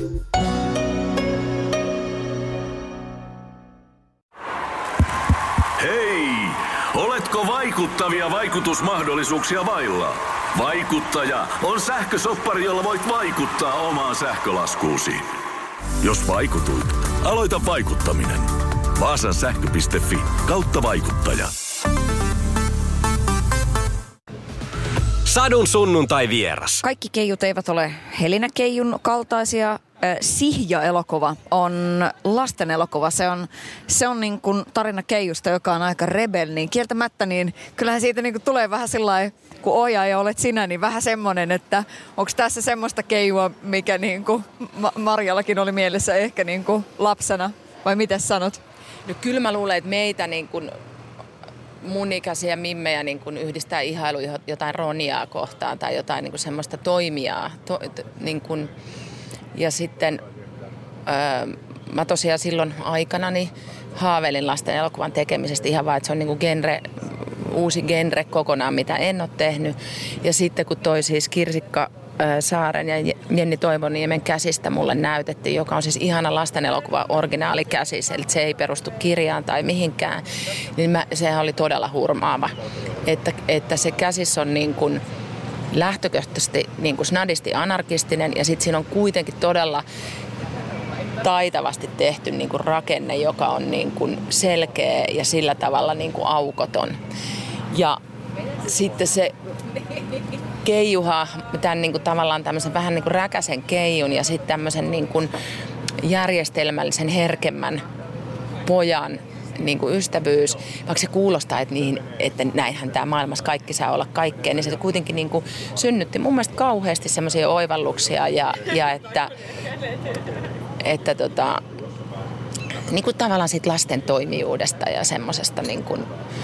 Hei! Oletko vaikuttavia vaikutusmahdollisuuksia vailla? Vaikuttaja on sähkösoppari, jolla voit vaikuttaa omaan sähkölaskuusi. Jos vaikutuit, aloita vaikuttaminen. Vaasan sähkö.fi/vaikuttaja.
Sadun sunnuntai vieras.
Kaikki keijut eivät ole Helinä Keijun kaltaisia. Sihja-elokuva on lasten elokuva. Se on niin kuin tarina keijusta, joka on aika rebel, niin kieltämättä, niin kyllähän siitä niin kuin tulee vähän sellainen, kun ohjaaja olet sinä, niin vähän semmoinen, että onko tässä semmoista keijua, mikä niin kuin Marjallakin oli mielessä ehkä niin kuin lapsena, vai miten sanot?
No kyllä mä luulen, että meitä niin kuin mun ikäisiä mimmejä niin kuin yhdistää ihailu jotain Roniaa kohtaan tai jotain niin kuin semmoista toimijaa. Niin kuin, ja sitten mä tosiaan silloin aikanani haaveilin lasten elokuvan tekemisestä ihan vaan, että se on niin kuin uusi genre kokonaan, mitä en ole tehnyt. Ja sitten kun toi siis Kirsikka Saaren ja Jenni Toivoniemen käsistä mulle näytettiin, joka on siis ihana lasten elokuva originaalikäsis, eli se ei perustu kirjaan tai mihinkään, niin sehän oli todella hurmaava. Että se käsis on niin kuin lähtökohtaisesti niin kuin snadisti anarkistinen ja sitten siinä on kuitenkin todella taitavasti tehty niin kuin rakenne, joka on niin kuin selkeä ja sillä tavalla niin kuin aukoton. Ja sitten se keijuha, tämän niin kuin tavallaan tämmöisen vähän niin kuin räkäsen keijun ja sitten tämmöisen niin kuin järjestelmällisen herkemmän pojan niin kuin ystävyys, vaikka se kuulostaa, että näinhän tämä maailmassa kaikki saa olla kaikkea, niin se kuitenkin niin kuin synnytti mun mielestä kauheasti semmoisia oivalluksia ja että niin kuin tavallaan siitä lasten toimijuudesta ja semmoisesta niin kuin,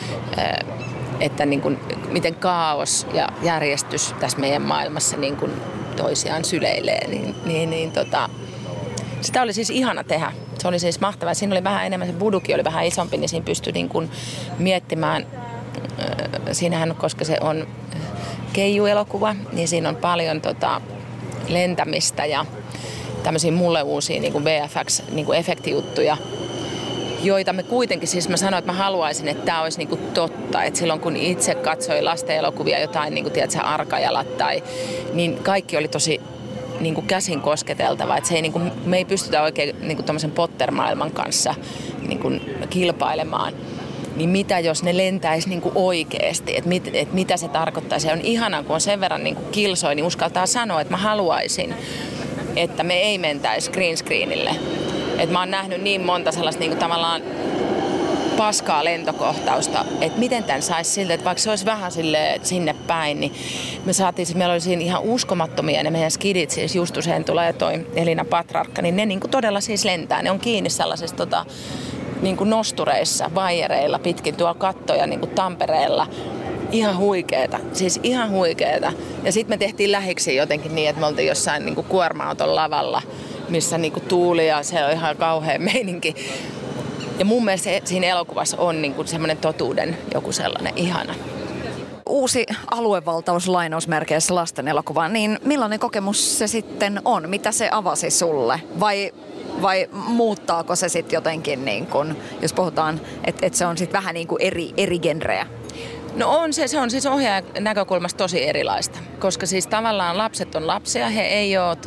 että niin kuin, miten kaos ja järjestys tässä meidän maailmassa niin kuin toisiaan syleilee, niin sitä oli siis ihana tehdä. Se oli siis mahtavaa. Siinä oli vähän enemmän, se vuduki oli vähän isompi, niin siinä pystyi niin kuin miettimään, siinähän, koska se on keiju-elokuva, niin siinä on paljon lentämistä ja tämmöisiä mulle uusia niin kuin VFX-efektijuttuja, joita me kuitenkin, siis mä sanoin, että mä haluaisin, että tämä olisi niin kuin totta. Että silloin kun itse katsoin lasten elokuvia, jotain niin kuin, tiedätkö, Arkajalat niin kaikki oli tosi niin kuin käsin kosketeltava. Että se ei, niin kuin, me ei pystytä oikein niin kuin tommosen Potter-maailman kanssa niin kuin kilpailemaan. Niin mitä jos ne lentäisi niin kuin oikeasti, että mitä se tarkoittaa. Se on ihanaa, kun on sen verran niin kuin kilsoi, niin uskaltaa sanoa, että mä haluaisin, että me ei mentäisi green screenille. Että mä oon nähnyt niin monta sellaista niin kuin tavallaan paskaa lentokohtausta, että miten tämän saisi siltä, että vaikka se olisi vähän sinne päin, niin me saatiin, meillä oli siinä ihan uskomattomia ne meidän skidit, siis just usein tulee toi Elina Patrarkka, niin ne niin kuin todella siis lentää, ne on kiinni sellaisissa niin kuin nostureissa, vaijereilla pitkin tuolla kattoja niin kuin Tampereella. Ihan huikeeta, siis ihan huikeeta. Ja sitten me tehtiin lähiksi jotenkin niin, että me oltiin jossain niin kuin kuorma-auton lavalla, missä niin kuin tuuli ja se on ihan kauhea meininki. Ja mun mielestä siinä elokuvassa on niin kuin semmoinen totuuden joku sellainen ihana.
Uusi aluevaltaus lainausmerkeissä lasten elokuvaan, niin millainen kokemus se sitten on? Mitä se avasi sulle? Vai muuttaako se sitten jotenkin, niin kun, jos puhutaan, että se on sitten vähän niin kuin eri genrejä?
No on se on siis ohjaajan näkökulmasta tosi erilaista, koska siis tavallaan lapset on lapsia, he ei ole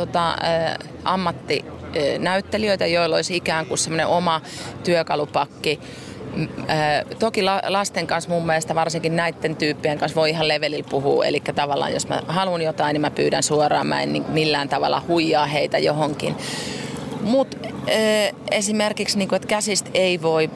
ammattinäyttelijöitä, joilla olisi ikään kuin semmoinen oma työkalupakki. Toki lasten kanssa mun mielestä varsinkin näiden tyyppien kanssa voi ihan levelillä puhua, eli tavallaan jos mä haluan jotain, niin mä pyydän suoraan, mä en millään tavalla huijaa heitä johonkin. Mutta esimerkiksi, että käsistä ei voi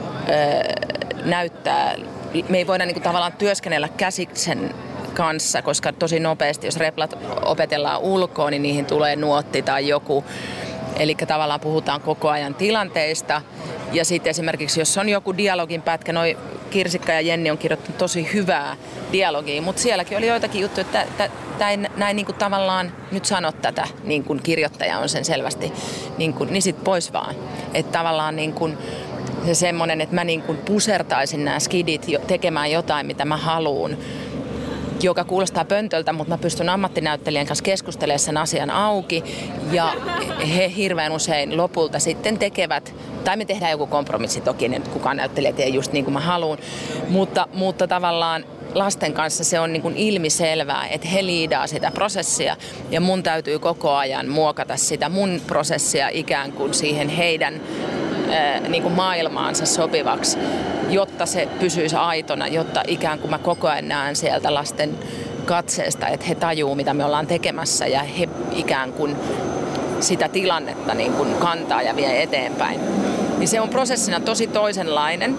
näyttää, me ei voida tavallaan työskennellä käsiksen kanssa, koska tosi nopeasti, jos replat opetellaan ulkoa, niin niihin tulee nuotti tai joku. Eli tavallaan puhutaan koko ajan tilanteista. Ja sitten esimerkiksi, jos on joku dialogin pätkä, noi Kirsikka ja Jenni on kirjoittanut tosi hyvää dialogia, mutta sielläkin oli joitakin juttuja, että näin niin kuin tavallaan nyt sanot tätä, niin kuin kirjoittaja on sen selvästi, niin sit pois vaan. Että tavallaan niin kuin se semmoinen, että mä niin kuin pusertaisin nämä skidit tekemään jotain, mitä mä haluun, joka kuulostaa pöntöltä, mutta mä pystyn ammattinäyttelijän kanssa keskustelemaan sen asian auki ja he hirveän usein lopulta sitten tekevät, tai me tehdään joku kompromissi toki, että kukaan näyttelijä tee just niin kuin mä haluun, mutta tavallaan lasten kanssa se on niin kuin ilmiselvää, että he liidaa sitä prosessia ja mun täytyy koko ajan muokata sitä mun prosessia ikään kuin siihen heidän niin kuin maailmaansa sopivaksi, jotta se pysyisi aitona, jotta ikään kuin mä koko ajan näen sieltä lasten katseesta, että he tajuu, mitä me ollaan tekemässä ja he ikään kuin sitä tilannetta niin kuin kantaa ja vie eteenpäin. Niin se on prosessina tosi toisenlainen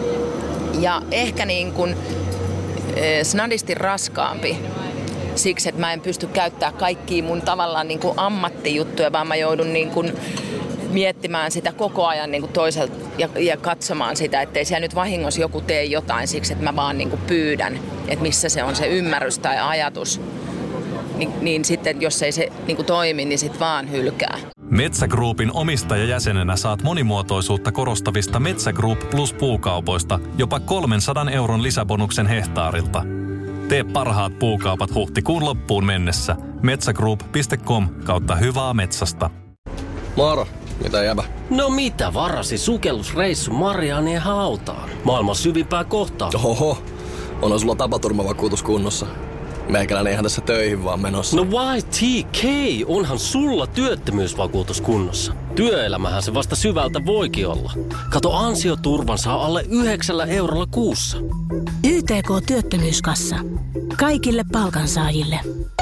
ja ehkä niin kuin snadisti raskaampi siksi, että mä en pysty käyttämään kaikkia mun tavallaan niin kuin ammattijuttuja, vaan mä joudun niin kuin miettimään sitä koko ajan niin kuin toiselta ja katsomaan sitä, ettei siellä nyt vahingossa joku tee jotain siksi, että mä vaan niin kuin pyydän, että missä se on se ymmärrys tai ajatus. Niin sitten, jos ei se niin kuin toimi, niin sit vaan hylkää.
Metsä Groupin omistajajäsenenä saat monimuotoisuutta korostavista Metsä Group Plus puukaupoista jopa 300 € lisäbonuksen hehtaarilta. Tee parhaat puukaupat huhtikuun loppuun mennessä. metsägroup.com/hyvää metsästä.
Moro, mitä jäbä?
No mitä varasi sukellusreissu Marianien hautaan? Maailman syvimpää kohtaa.
Oho, onhan sulla tapaturmavakuutus kunnossa. Meikäläinen ihan tässä töihin vaan menossa.
No YTK, onhan sulla työttömyysvakuutus kunnossa. Työelämähän se vasta syvältä voikin olla. Kato, ansioturvan saa alle 9 € kuussa.
YTK Työttömyyskassa. Kaikille palkansaajille.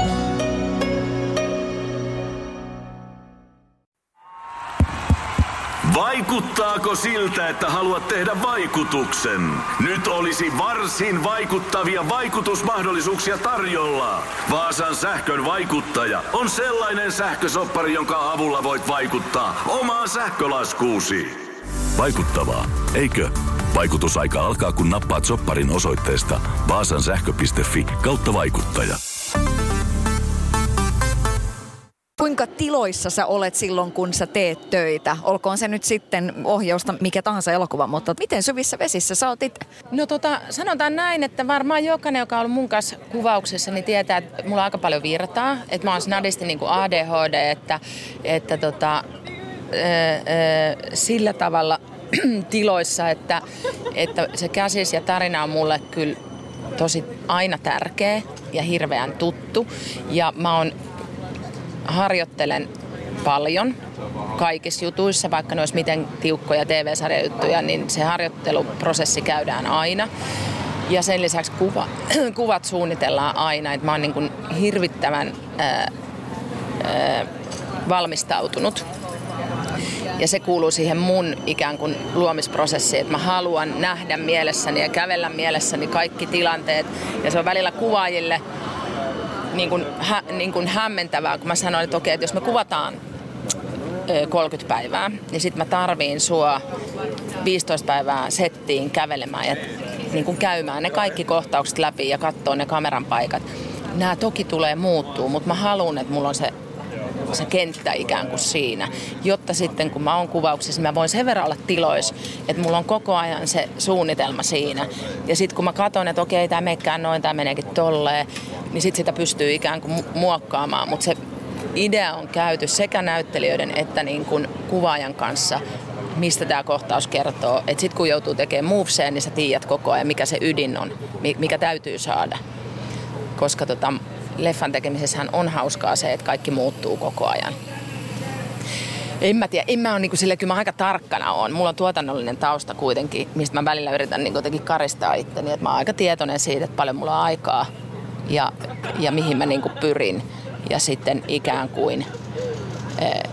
Vaikuttaako siltä, että haluat tehdä vaikutuksen? Nyt olisi varsin vaikuttavia vaikutusmahdollisuuksia tarjolla. Vaasan sähkön vaikuttaja on sellainen sähkösoppari, jonka avulla voit vaikuttaa omaan sähkölaskuusi. Vaikuttavaa, eikö? Vaikutusaika alkaa, kun nappaat sopparin osoitteesta vaasansähkö.fi/vaikuttaja.
Kuinka tiloissa sä olet silloin, kun sä teet töitä? Olkoon se nyt sitten ohjausta mikä tahansa elokuva, mutta miten syvissä vesissä sä oot itse?
No sanotaan näin, että varmaan jokainen, joka on ollut mun kanssa kuvauksessa, niin tietää, että mulla on aika paljon virtaa. Että mä oon snadisti niin kuin ADHD, että sillä tavalla tiloissa, että se käsis ja tarina on mulle kyllä tosi aina tärkeä ja hirveän tuttu. Ja mä harjoittelen paljon kaikissa jutuissa, vaikka ne olisi miten tiukkoja TV-sarjajuttuja, niin se harjoitteluprosessi käydään aina. Ja sen lisäksi kuvat suunnitellaan aina, että mä oon niin kuin hirvittävän valmistautunut. Ja se kuuluu siihen mun ikään kuin luomisprosessiin, että mä haluan nähdä mielessäni ja kävellä mielessäni kaikki tilanteet. Ja se on välillä kuvaajille niin kuin hämmentävää, kun mä sanoin, että okei, että jos me kuvataan 30 päivää, niin sit mä tarviin sua 15 päivää settiin kävelemään ja niin kuin käymään ne kaikki kohtaukset läpi ja katsoa ne kameran paikat. Nämä toki tulee muuttuu, mutta mä haluan, että mulla on se kenttä ikään kuin siinä, jotta sitten kun mä oon kuvauksessa, mä voin sen verran olla tiloissa, että mulla on koko ajan se suunnitelma siinä. Ja sitten kun mä katson, että okei, tää meikään noin, tää meneekin tolleen, niin sitten sitä pystyy ikään kuin muokkaamaan. Mutta se idea on käyty sekä näyttelijöiden että niin kuin kuvaajan kanssa, mistä tämä kohtaus kertoo. Että sitten kun joutuu tekemään moveseen, niin sä tiedät koko ajan, mikä se ydin on, mikä täytyy saada. Koska leffan tekemisessähän on hauskaa se, että kaikki muuttuu koko ajan. En mä tiedä, kyllä mä aika tarkkana oon. Mulla on tuotannollinen tausta kuitenkin, mistä mä välillä yritän niin jotenkin karistaa itteni. Että mä oon aika tietoinen siitä, että paljon mulla on aikaa ja mihin mä niin kuin pyrin. Ja sitten ikään kuin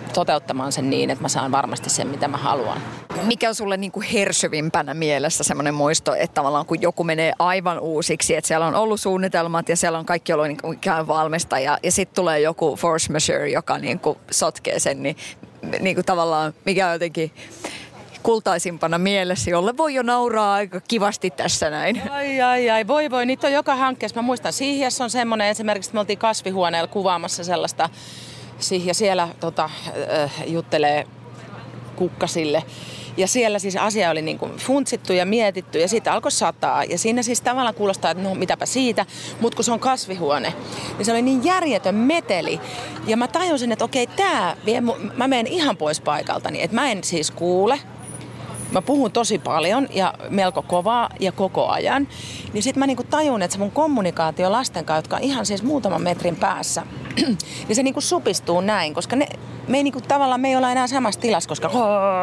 toteuttamaan sen niin, että mä saan varmasti sen, mitä mä haluan.
Mikä on sulle niin kuin hersyvimpänä mielessä semmoinen muisto, että tavallaan kun joku menee aivan uusiksi, että siellä on ollut suunnitelmat ja siellä on kaikki ollut niin kuin ikään valmista ja sitten tulee joku force majeure, joka niin kuin sotkee sen, niin kuin tavallaan mikä on jotenkin kultaisimpana mielessä, jolle voi jo nauraa aika kivasti tässä näin.
Ai, voi, niitä on joka hankkeessa. Mä muistan, Sihjassa on semmoinen esimerkiksi, että me oltiin kasvihuoneella kuvaamassa sellaista, Sihja siellä juttelee kukkasille. Ja siellä siis asia oli niin kuin funtsittu ja mietitty ja siitä alkoi sataa. Ja siinä siis tavallaan kuulostaa, että no mitäpä siitä, mutta kun se on kasvihuone, niin se oli niin järjetön meteli. Ja mä tajusin, että okei, mä menen ihan pois paikaltani, että mä en siis kuule. Mä puhun tosi paljon ja melko kovaa ja koko ajan. Niin sit mä niinku tajun, että se mun kommunikaatio lasten kanssa, jotka on ihan siis muutaman metrin päässä, niin se niinku supistuu näin, koska me ei niinku tavallaan, me ei olla enää samassa tilassa, koska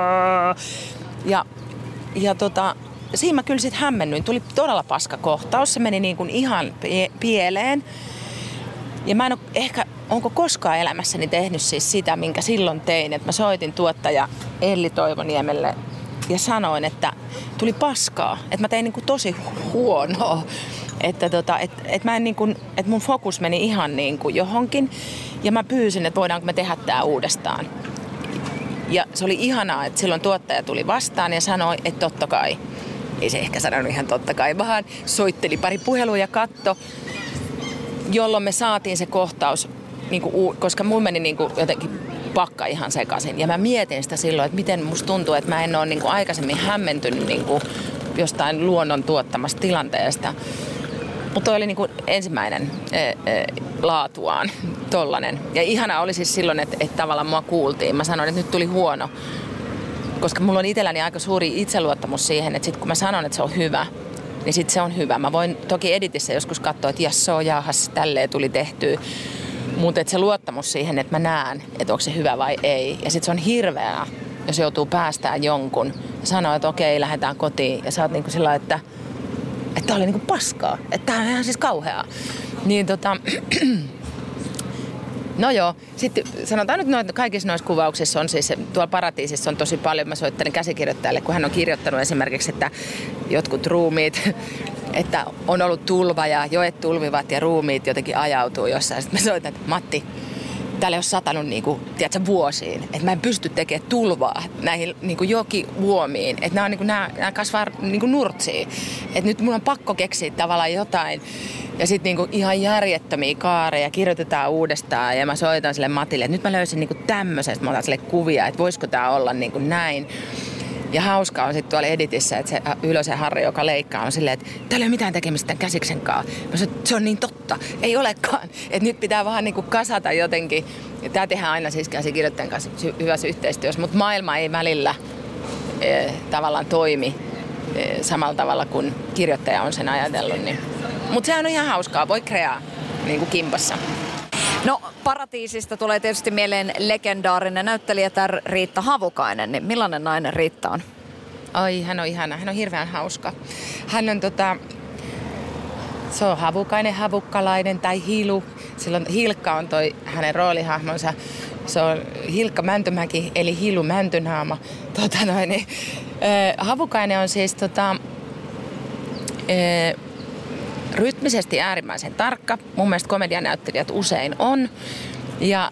siinä mä kyllä sit hämmennyin. Tuli todella paska kohtaus, se meni niinku ihan pieleen. Ja mä en ole ehkä, onko koskaan elämässäni tehnyt siis sitä, minkä silloin tein, että mä soitin tuottaja Elli Toivoniemelle ja sanoin, että tuli paskaa, että mä tein niinku tosi huonoa, että mä en niinku, että mun fokus meni ihan niinku johonkin ja mä pyysin, että voidaanko me tehdä tää uudestaan. Ja se oli ihanaa, että silloin tuottaja tuli vastaan ja sanoi, että totta kai. Ei se ehkä sanonut ihan totta kai, vaan soitteli pari puhelua ja katto, jolloin me saatiin se kohtaus, niinku, koska mun meni niinku jotenkin pakka ihan sekaisin. Ja mä mietin sitä silloin, että miten musta tuntuu, että mä en ole niinku aikaisemmin hämmentynyt niinku jostain luonnon tuottamasta tilanteesta. Mutta toi oli niinku ensimmäinen laatuaan tollanen. Ja ihana oli siis silloin, että tavallaan mua kuultiin. Mä sanoin, että nyt tuli huono. Koska mulla on itselläni aika suuri itseluottamus siihen, että sit kun mä sanon, että se on hyvä, niin sit se on hyvä. Mä voin toki editissä joskus katsoa, että jassoo, jahas, tälleen tuli tehtyä. Mutta se luottamus siihen, että mä näen, että onko se hyvä vai ei. Ja sit se on hirveää, jos joutuu päästään jonkun ja sanoo, että okei, lähdetään kotiin. Ja sä oot niinku sillä, että tää oli niinku paskaa. Että tää on ihan siis kauheaa. Niin no joo, sitten sanotaan nyt että kaikissa noissa kuvauksissa on siis, tuolla Paratiisissa on tosi paljon, mä soittelen käsikirjoittajalle, kun hän on kirjoittanut esimerkiksi, että jotkut ruumiit, että on ollut tulva ja joet tulvivat ja ruumiit jotenkin ajautuu jossain. Sitten mä soitan, että Matti, täällä ei ole satanut niinku, tiedätkö, vuosiin, että mä en pysty tekemään tulvaa näihin niinku jokivuomiin, että nämä kasvaa niinku nurtsiin, että nyt mun on pakko keksiä tavallaan jotain. Ja sitten niinku ihan järjettömiä kaareja kirjoitetaan uudestaan ja mä soitan sille Matille, että nyt mä löysin niinku tämmöisestä, mä otan sille kuvia, että voisiko tää olla niinku näin. Ja hauskaa on sitten tuolla editissä, että se Ylösen Harri, joka leikkaa, on silleen, että täällä ei ole mitään tekemistä tämän käsiksen kanssa. Mä sanoin, että se on niin totta. Ei olekaan. Että nyt pitää vaan niinku kasata jotenkin. Ja tää tehdään aina siis käsikirjoittajan kanssa hyvässä yhteistyössä, mutta maailma ei välillä tavallaan toimi samalla tavalla kuin kirjoittaja on sen ajatellut. Niin. Mutta se on ihan hauskaa. Voi kreaa niin kuin kimpassa.
No, Paratiisista tulee tietysti mieleen legendaarinen näyttelijätär Riitta Havukainen. Niin millainen nainen Riitta on?
Oi, hän on ihana. Hän on hirveän hauska. Hän on se on Havukainen, havukkalainen tai Hilu. Silloin Hilkka on toi hänen roolihahmonsa. Se on Hilkka Mäntymäki, eli Hilu Mäntynaama. Havukainen on siis rytmisesti äärimmäisen tarkka. Mun mielestä komedianäyttelijät usein on. Ja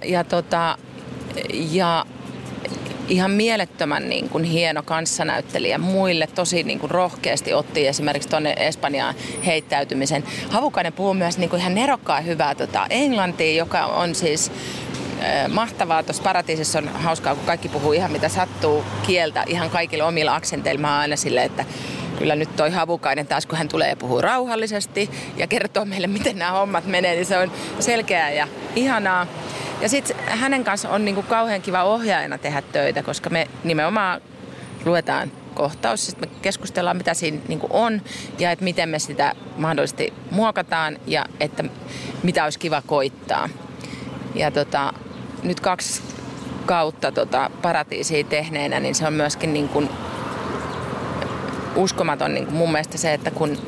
ihan mielettömän niin kuin hieno kanssanäyttelijä muille. Tosi niin kuin rohkeasti otti esimerkiksi tuonne Espanjaan heittäytymisen. Havukainen puhuu myös niin kuin ihan nerokkaan hyvää englantia, joka on siis mahtavaa. Tuossa Paratiisissa on hauskaa, kun kaikki puhuu ihan mitä sattuu kieltä ihan kaikilla omilla aksenteilla. Mä oon aina silleen, että kyllä nyt toi Havukainen taas, kun hän tulee ja puhuu rauhallisesti ja kertoo meille, miten nämä hommat menee, niin se on selkeää ja ihanaa. Ja sitten hänen kanssa on niinku kauhean kiva ohjaajana tehdä töitä, koska me nimenomaan luetaan kohtaus, sitten me keskustellaan, mitä siinä niinku on ja että miten me sitä mahdollisesti muokataan ja että mitä olisi kiva koittaa. Ja nyt 2 kautta Paratiisia tehneenä, niin se on myöskin niin kuin uskomaton niin kuin mun mielestä se, että kun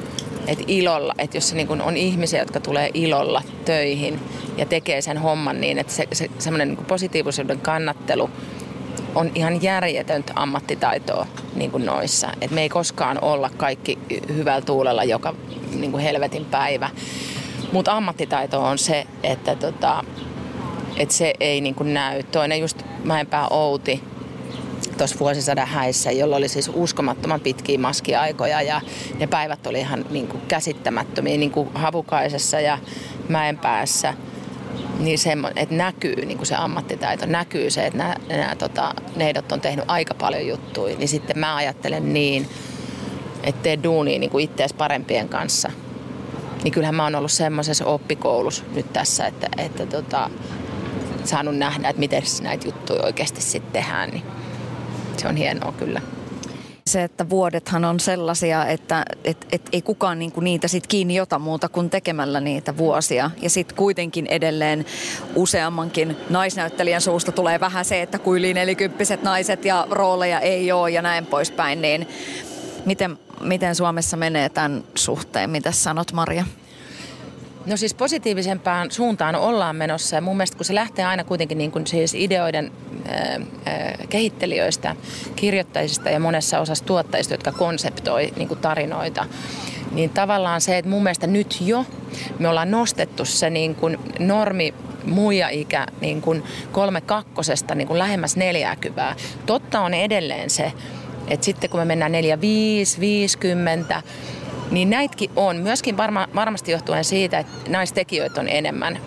että ilolla, että jos se niin kuin on ihmisiä, jotka tulee ilolla töihin ja tekee sen homman niin, että se semmoinen niin kuin positiivisuuden kannattelu on ihan järjetöntä ammattitaitoa niin kuin noissa. Et me ei koskaan olla kaikki hyvällä tuulella joka niin kuin helvetin päivä. Mutta ammattitaito on se, että se ei niin kuin näy. Toinen just Mäenpää Outi tuossa vuosisadan häissä, jolla oli siis uskomattoman pitkiä maskiaikoja ja ne päivät oli ihan niin kuin käsittämättömiä niin kuin Havukaisessa ja Mäenpäässä. Niin semmoinen, että näkyy niin kuin se ammattitaito, näkyy se, että nämä neidot on tehnyt aika paljon juttuja. Niin sitten mä ajattelen niin, että tee duunia niin kuin itseäsi parempien kanssa. Niin kyllähän mä oon ollut semmoisessa oppikoulussa nyt tässä, että saanut nähdä, että miten näitä juttuja oikeasti sitten tehdään. Niin se on hienoa kyllä.
Se, että vuodethan on sellaisia, että ei kukaan niitä sit kiinni ota muuta kuin tekemällä niitä vuosia. Ja sitten kuitenkin edelleen useammankin naisnäyttelijän suusta tulee vähän se, että kuin yli 40-vuotiaat naiset ja rooleja ei ole ja näin poispäin. Niin miten Suomessa menee tämän suhteen? Mitä sanot, Maria?
No siis positiivisempaan suuntaan ollaan menossa ja mun mielestä kun se lähtee aina kuitenkin niin kuin siis ideoiden kehittelijöistä, kirjoittajista ja monessa osassa tuottajista, jotka konseptoi niin kuin tarinoita, niin tavallaan se, että mun mielestä nyt jo me ollaan nostettu se niin kuin normi muija-ikä niin kuin 32 niin kuin lähemmäs 40. Totta on edelleen se, että sitten kun me mennään 45, 50, niin näitäkin on myöskin varmasti johtuen siitä, että naistekijöitä on enemmän.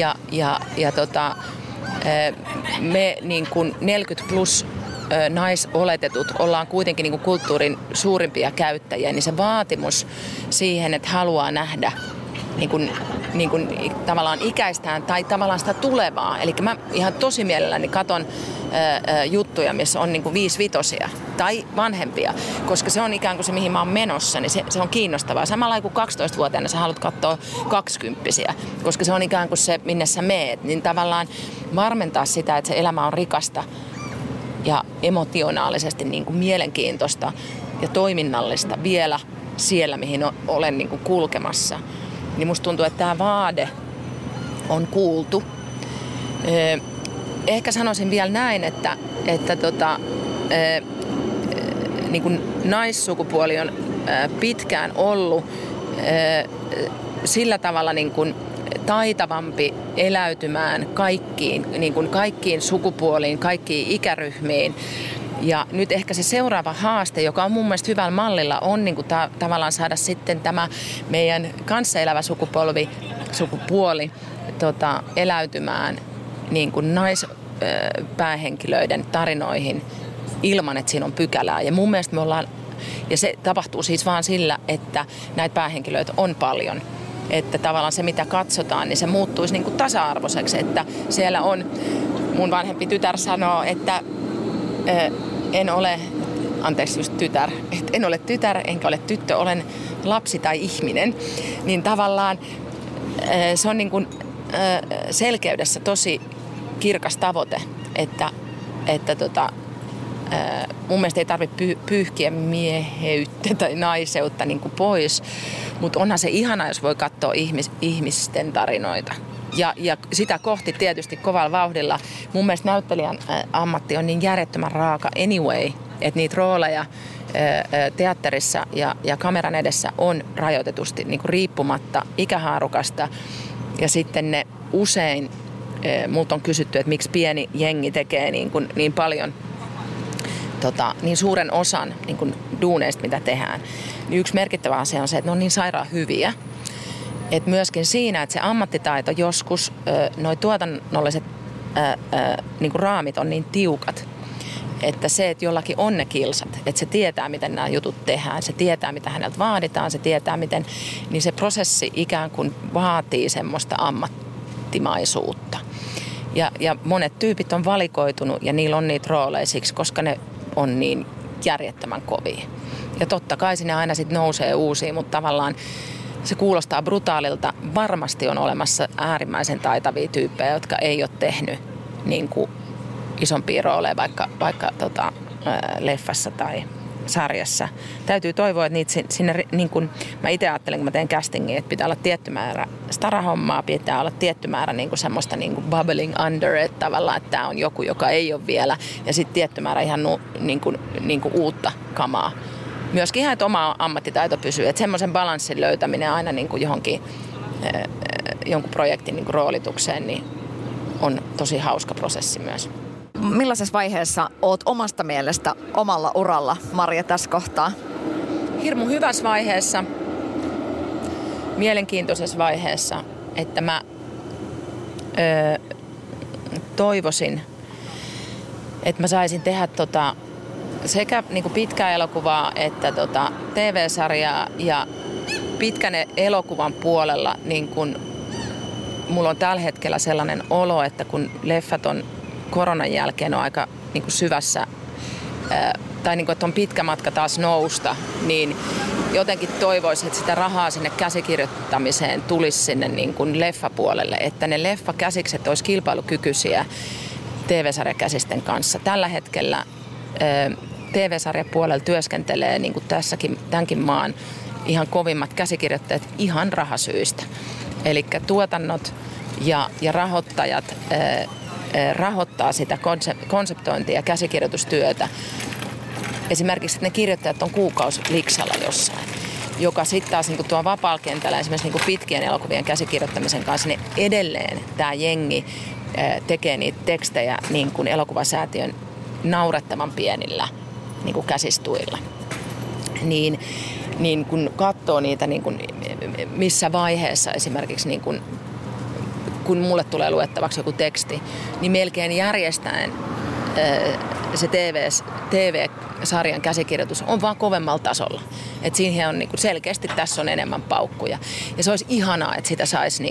Me niin kuin 40 plus naisoletetut ollaan kuitenkin niin kuin kulttuurin suurimpia käyttäjiä, niin se vaatimus siihen, että haluaa nähdä niin kuin tavallaan ikäistään tai tavallaan sitä tulevaa. Eli mä ihan tosi mielelläni katon juttuja, missä on niin kuin 5-vitosia tai vanhempia, koska se on ikään kuin se, mihin mä oon menossa, niin se on kiinnostavaa. Samalla kuin 12-vuotiaana sä haluat katsoa 20-vuotiaita, koska se on ikään kuin se, minne sä meet, niin tavallaan varmentaa sitä, että se elämä on rikasta ja emotionaalisesti niin kuin mielenkiintoista ja toiminnallista vielä siellä, mihin olen niin kuin kulkemassa. Niin musta tuntuu, että tämä vaade on kuultu. Ehkä sanoisin vielä näin, että niin kuin naissukupuoli on pitkään ollut sillä tavalla niin kuin taitavampi eläytymään kaikkiin sukupuoliin, kaikkiin ikäryhmiin. Ja nyt ehkä se seuraava haaste, joka on mun mielestä hyvällä mallilla, on niin kuin tavallaan saada sitten tämä meidän kanssaelävä sukupuoli eläytymään niin kuin naispäähenkilöiden tarinoihin ilman, että siinä on pykälää. Ja mun mielestä ja se tapahtuu siis vaan sillä, että näitä päähenkilöitä on paljon. Että tavallaan se, mitä katsotaan, niin se muuttuisi niin kuin tasa-arvoiseksi. Että siellä on, mun vanhempi tytär sanoo, että en ole tytär, enkä ole tyttö, olen lapsi tai ihminen. Niin tavallaan se on niin kuin selkeydessä tosi kirkas tavoite, että mun mielestä ei tarvitse pyyhkiä mieheyttä tai naiseutta niin kuin pois, mutta onhan se ihanaa, jos voi katsoa ihmisten tarinoita. Ja sitä kohti tietysti kovalla vauhdilla. Mun mielestä näyttelijän ammatti on niin järjettömän raaka anyway, että niitä rooleja teatterissa ja kameran edessä on rajoitetusti niin kuin riippumatta ikähaarukasta. Ja sitten ne usein, multa on kysytty, että miksi pieni jengi tekee niin paljon, niin suuren osan niin kuin duuneista, mitä tehdään. Niin yksi merkittävä asia on se, että ne on niin sairaan hyviä. Et myöskin siinä, että se ammattitaito joskus, noi tuotannolliset niin kuin raamit on niin tiukat, että se, että jollakin on ne kilsat, että se tietää, miten nämä jutut tehdään, se tietää, mitä häneltä vaaditaan, se tietää, miten, niin se prosessi ikään kuin vaatii semmoista ammattimaisuutta. Ja monet tyypit on valikoitunut ja niillä on niitä rooleja siksi, koska ne on niin järjettömän kovia. Ja totta kai sinne aina sitten nousee uusia, mutta tavallaan se kuulostaa brutaalilta. Varmasti on olemassa äärimmäisen taitavia tyyppejä, jotka ei ole tehnyt niin kuin isompia rooleja vaikka leffassa sarjassa. Täytyy toivoa, että niitä sinne, niin kuin mä itse ajattelen, kun mä teen castingia, että pitää olla tietty määrä starahommaa, pitää olla tietty määrä niin kuin semmoista niin kuin bubbling under, että tavallaan, että tämä on joku, joka ei ole vielä, ja sitten tietty määrä ihan niin kuin uutta kamaa. Myöskin ihan, että oma ammattitaito pysyy, että semmoisen balanssin löytäminen aina niin kuin johonkin jonkun projektin niin kuin roolitukseen, niin on tosi hauska prosessi myös.
Millaisessa vaiheessa oot omasta mielestä omalla uralla, Marja, tässä kohtaa?
Hirmu hyvässä vaiheessa, mielenkiintoisessa vaiheessa, että mä toivoisin, että mä saisin tehdä sekä niin kuin pitkää elokuvaa että TV-sarjaa, ja pitkän elokuvan puolella niin kuin mulla on tällä hetkellä sellainen olo, että kun leffat on koronan jälkeen on aika niin kuin syvässä, tai niin kuin, että on pitkä matka taas nousta, niin jotenkin toivoisin, että sitä rahaa sinne käsikirjoittamiseen tulisi sinne niin kuin leffapuolelle, että ne leffakäsikset olisi kilpailukykyisiä TV-sarjakäsisten kanssa. Tällä hetkellä TV-sarjapuolella työskentelee niin kuin tämänkin maan ihan kovimmat käsikirjoittajat ihan rahasyistä. Eli tuotannot ja rahoittajat rahoittaa sitä konseptointia ja käsikirjoitustyötä. Esimerkiksi, että ne kirjoittajat on kuukausi liksalla jossain, joka sitten taas niin tuo vapaalla kentällä esimerkiksi niin pitkien elokuvien käsikirjoittamisen kanssa, niin edelleen tämä jengi tekee niitä tekstejä niin kuin elokuvasäätiön naurettavan pienillä niin kuin käsistuilla. Niin kun katsoo niitä, niin kun, missä vaiheessa esimerkiksi, niin kun mulle tulee luettavaksi joku teksti, niin melkein järjestäen se TV-sarjan käsikirjoitus on vaan kovemmalla tasolla. Et siihen on niin kun selkeästi tässä on enemmän paukkuja. Ja se olisi ihanaa, että sitä saisi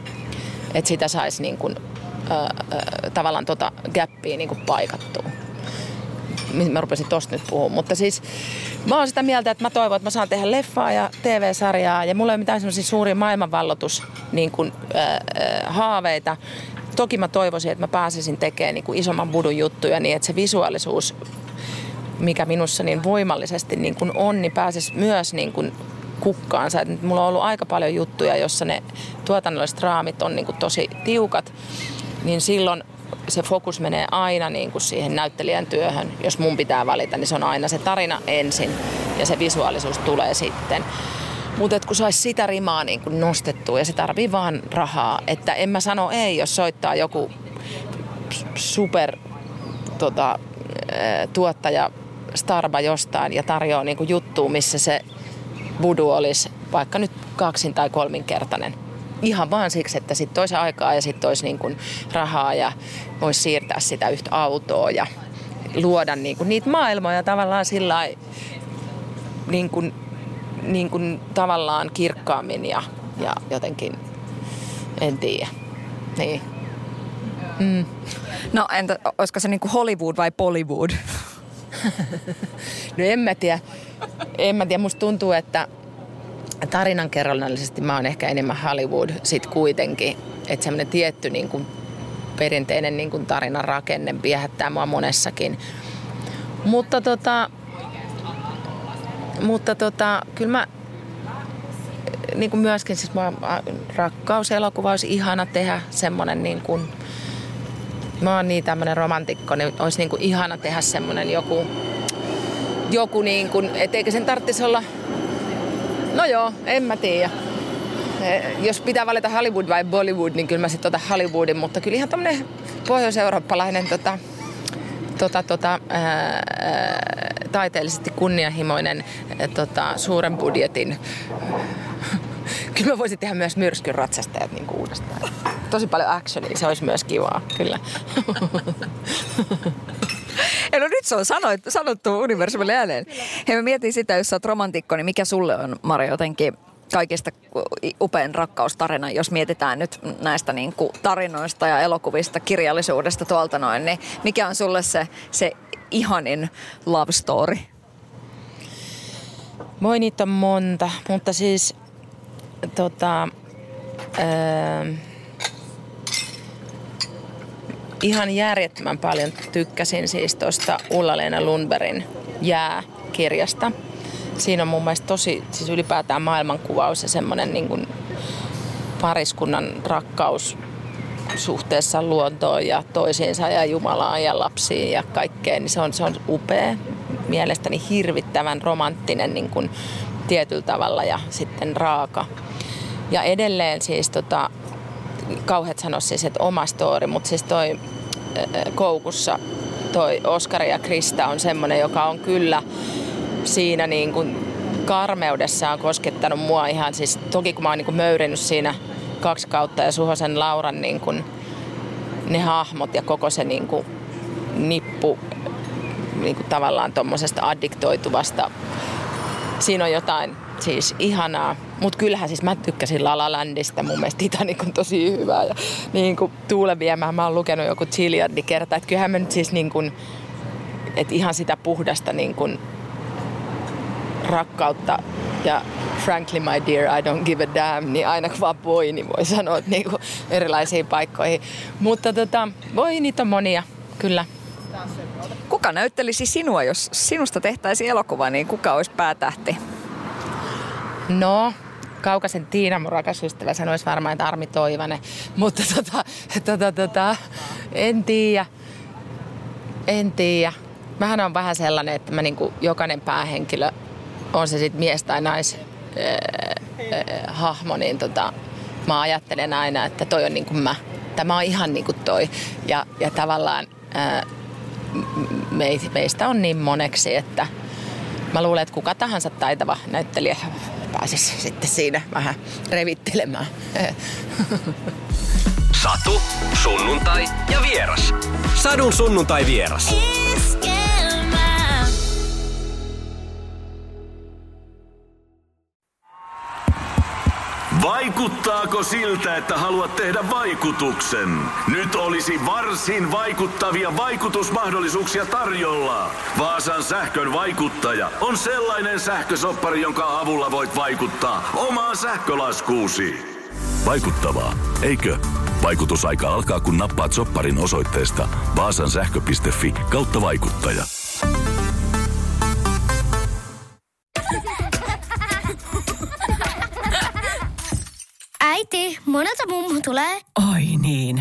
tavallaan gäppiä niin paikattua. Mä rupesin tosta nyt puhumaan, mutta siis mä oon sitä mieltä, että mä toivon, että mä saan tehdä leffaa ja TV-sarjaa ja mulla ei ole mitään semmoisia suuria maailmanvalloitus niin kuin, haaveita. Toki mä toivoisin, että mä pääsisin tekemään niin kuin isomman budun juttuja niin, että se visuaalisuus, mikä minussa niin voimallisesti niin kuin on, niin pääsisi myös niin kuin kukkaansa. Et mulla on ollut aika paljon juttuja, jossa ne tuotannolliset raamit on niin kuin tosi tiukat, niin silloin se fokus menee aina niin kuin siihen näyttelijän työhön. Jos mun pitää valita, niin se on aina se tarina ensin ja se visuaalisuus tulee sitten. Mutta kun saisi sitä rimaa niin kuin nostettua ja se tarvii vaan rahaa. Että en mä sano ei, jos soittaa joku super tuottaja starba jostain ja tarjoaa niin kuin juttua, missä se budu olisi vaikka nyt 2- tai 3-kertainen. Ihan vaan siksi, että sitten olisi aikaa ja sitten olisi niin kuin rahaa ja voisi siirtää sitä yhtä autoa ja luoda niin kuin niitä maailmoja tavallaan sillä niin kuin tavallaan kirkkaammin ja jotenkin, en tiedä. Niin. Mm.
No entä, olisiko se niin kuin Hollywood vai Bollywood?
No en mä tiedä. Musta tuntuu, että tarinankerronnallisesti mä oon ehkä enemmän Hollywood sit kuitenkin. Että semmoinen tietty niin kuin perinteinen niin kuin tarinan rakenne viehättää mua monessakin. Mutta kyllä mä niin kuin myöskin siis rakkauselokuva olisi ihana tehdä semmoinen niin kuin, mä oon niin tämmönen romantikko, niin olisi niin kuin ihana tehdä semmoinen joku niin kuin, et eikä sen tarvitsisi olla, no joo, en mä tiedä. Jos pitää valita Hollywood vai Bollywood, niin kyllä mä sitten otan Hollywoodin, mutta kyllä ihan tämmönen pohjois-eurooppalainen taiteellisesti kunnianhimoinen suuren budjetin. Kyllä mä voisin tehdä myös Myrskyn ratsastajat niin kuin uudestaan. Tosi paljon actionia, se olisi myös kivaa, kyllä.
No nyt se on sanottu universumille ääneen. Hei, mä mietin sitä, jos sä oot romantikko, niin mikä sulle on, Marja, jotenkin kaikista upein rakkaustarina, jos mietitään nyt näistä niin kuin tarinoista ja elokuvista, kirjallisuudesta tuolta noin, niin mikä on sulle se ihanin love story?
Voi niitä on monta, mutta siis ihan järjettömän paljon tykkäsin siis tuosta Ulla-Leena Lundbergin Jää kirjasta. Siinä on mun mielestä tosi, siis ylipäätään maailmankuvaus ja semmoinen niin kuin pariskunnan rakkaus suhteessa luontoon ja toisiinsa ja Jumalaan ja lapsiin ja kaikkeen. Niin se on upea. Mielestäni hirvittävän romanttinen niin kuin tietyllä tavalla ja sitten raaka. Ja edelleen siis kauheat sanoa siis, että oma story, mutta siis toi Koukussa toi Oskari ja Krista on semmoinen, joka on kyllä siinä niin kuin karmeudessaan koskettanut mua ihan siis, toki kun mä oon niin kuin möyrinyt siinä 2 kautta ja Suhosen Lauran niin kuin ne hahmot ja koko se niin kuin nippu niin kuin tavallaan tommosesta addiktoituvasta. Siinä on jotain siis ihanaa, mutta kyllähän siis mä tykkäsin La La Landista, mun mielestä Titanic on tosi hyvä ja niin kuin Tuulen viemään mä oon lukenut joku ziljardi kertaa, että kyllähän mä nyt siis niin kuin, että ihan sitä puhdasta niin kuin rakkautta ja frankly my dear I don't give a damn, niin aina kun vaan voi, niin voi sanoa että niin kuin erilaisiin paikkoihin, mutta voi niitä on monia, kyllä.
Kuka näyttelisi sinua, jos sinusta tehtäisiin elokuva, niin kuka olisi päätähti?
No, Kaukasen Tiina, mun rakas ystävä, sanoisi varmaan, että Armi Toivanen. Mutta en tiedä. Mähän on vähän sellainen, että mä niinku jokainen päähenkilö, on se sitten mies tai hahmo, niin mä ajattelen aina, että toi on niinku mä. Tämä on ihan niinku toi. Ja tavallaan meistä on niin moneksi, että mä luulen, että kuka tahansa taitava näyttelijä pääsisi sitten siinä vähän revittelemään.
Satu, sunnuntai ja vieras. Sadun sunnuntai vieras.
Vaikuttaako siltä, että haluat tehdä vaikutuksen? Nyt olisi varsin vaikuttavia vaikutusmahdollisuuksia tarjolla. Vaasan sähkön vaikuttaja on sellainen sähkösoppari, jonka avulla voit vaikuttaa omaan sähkölaskuusi.
Vaikuttavaa, eikö? Vaikutusaika alkaa, kun nappaat sopparin osoitteesta vaasansähkö.fi/vaikuttaja.
Äiti, monelta mummu tulee?
Oi niin.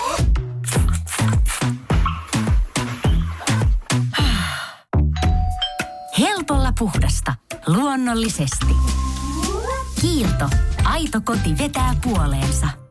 Helpolla puhdasta. Luonnollisesti. Kiilto. Aito koti vetää puoleensa.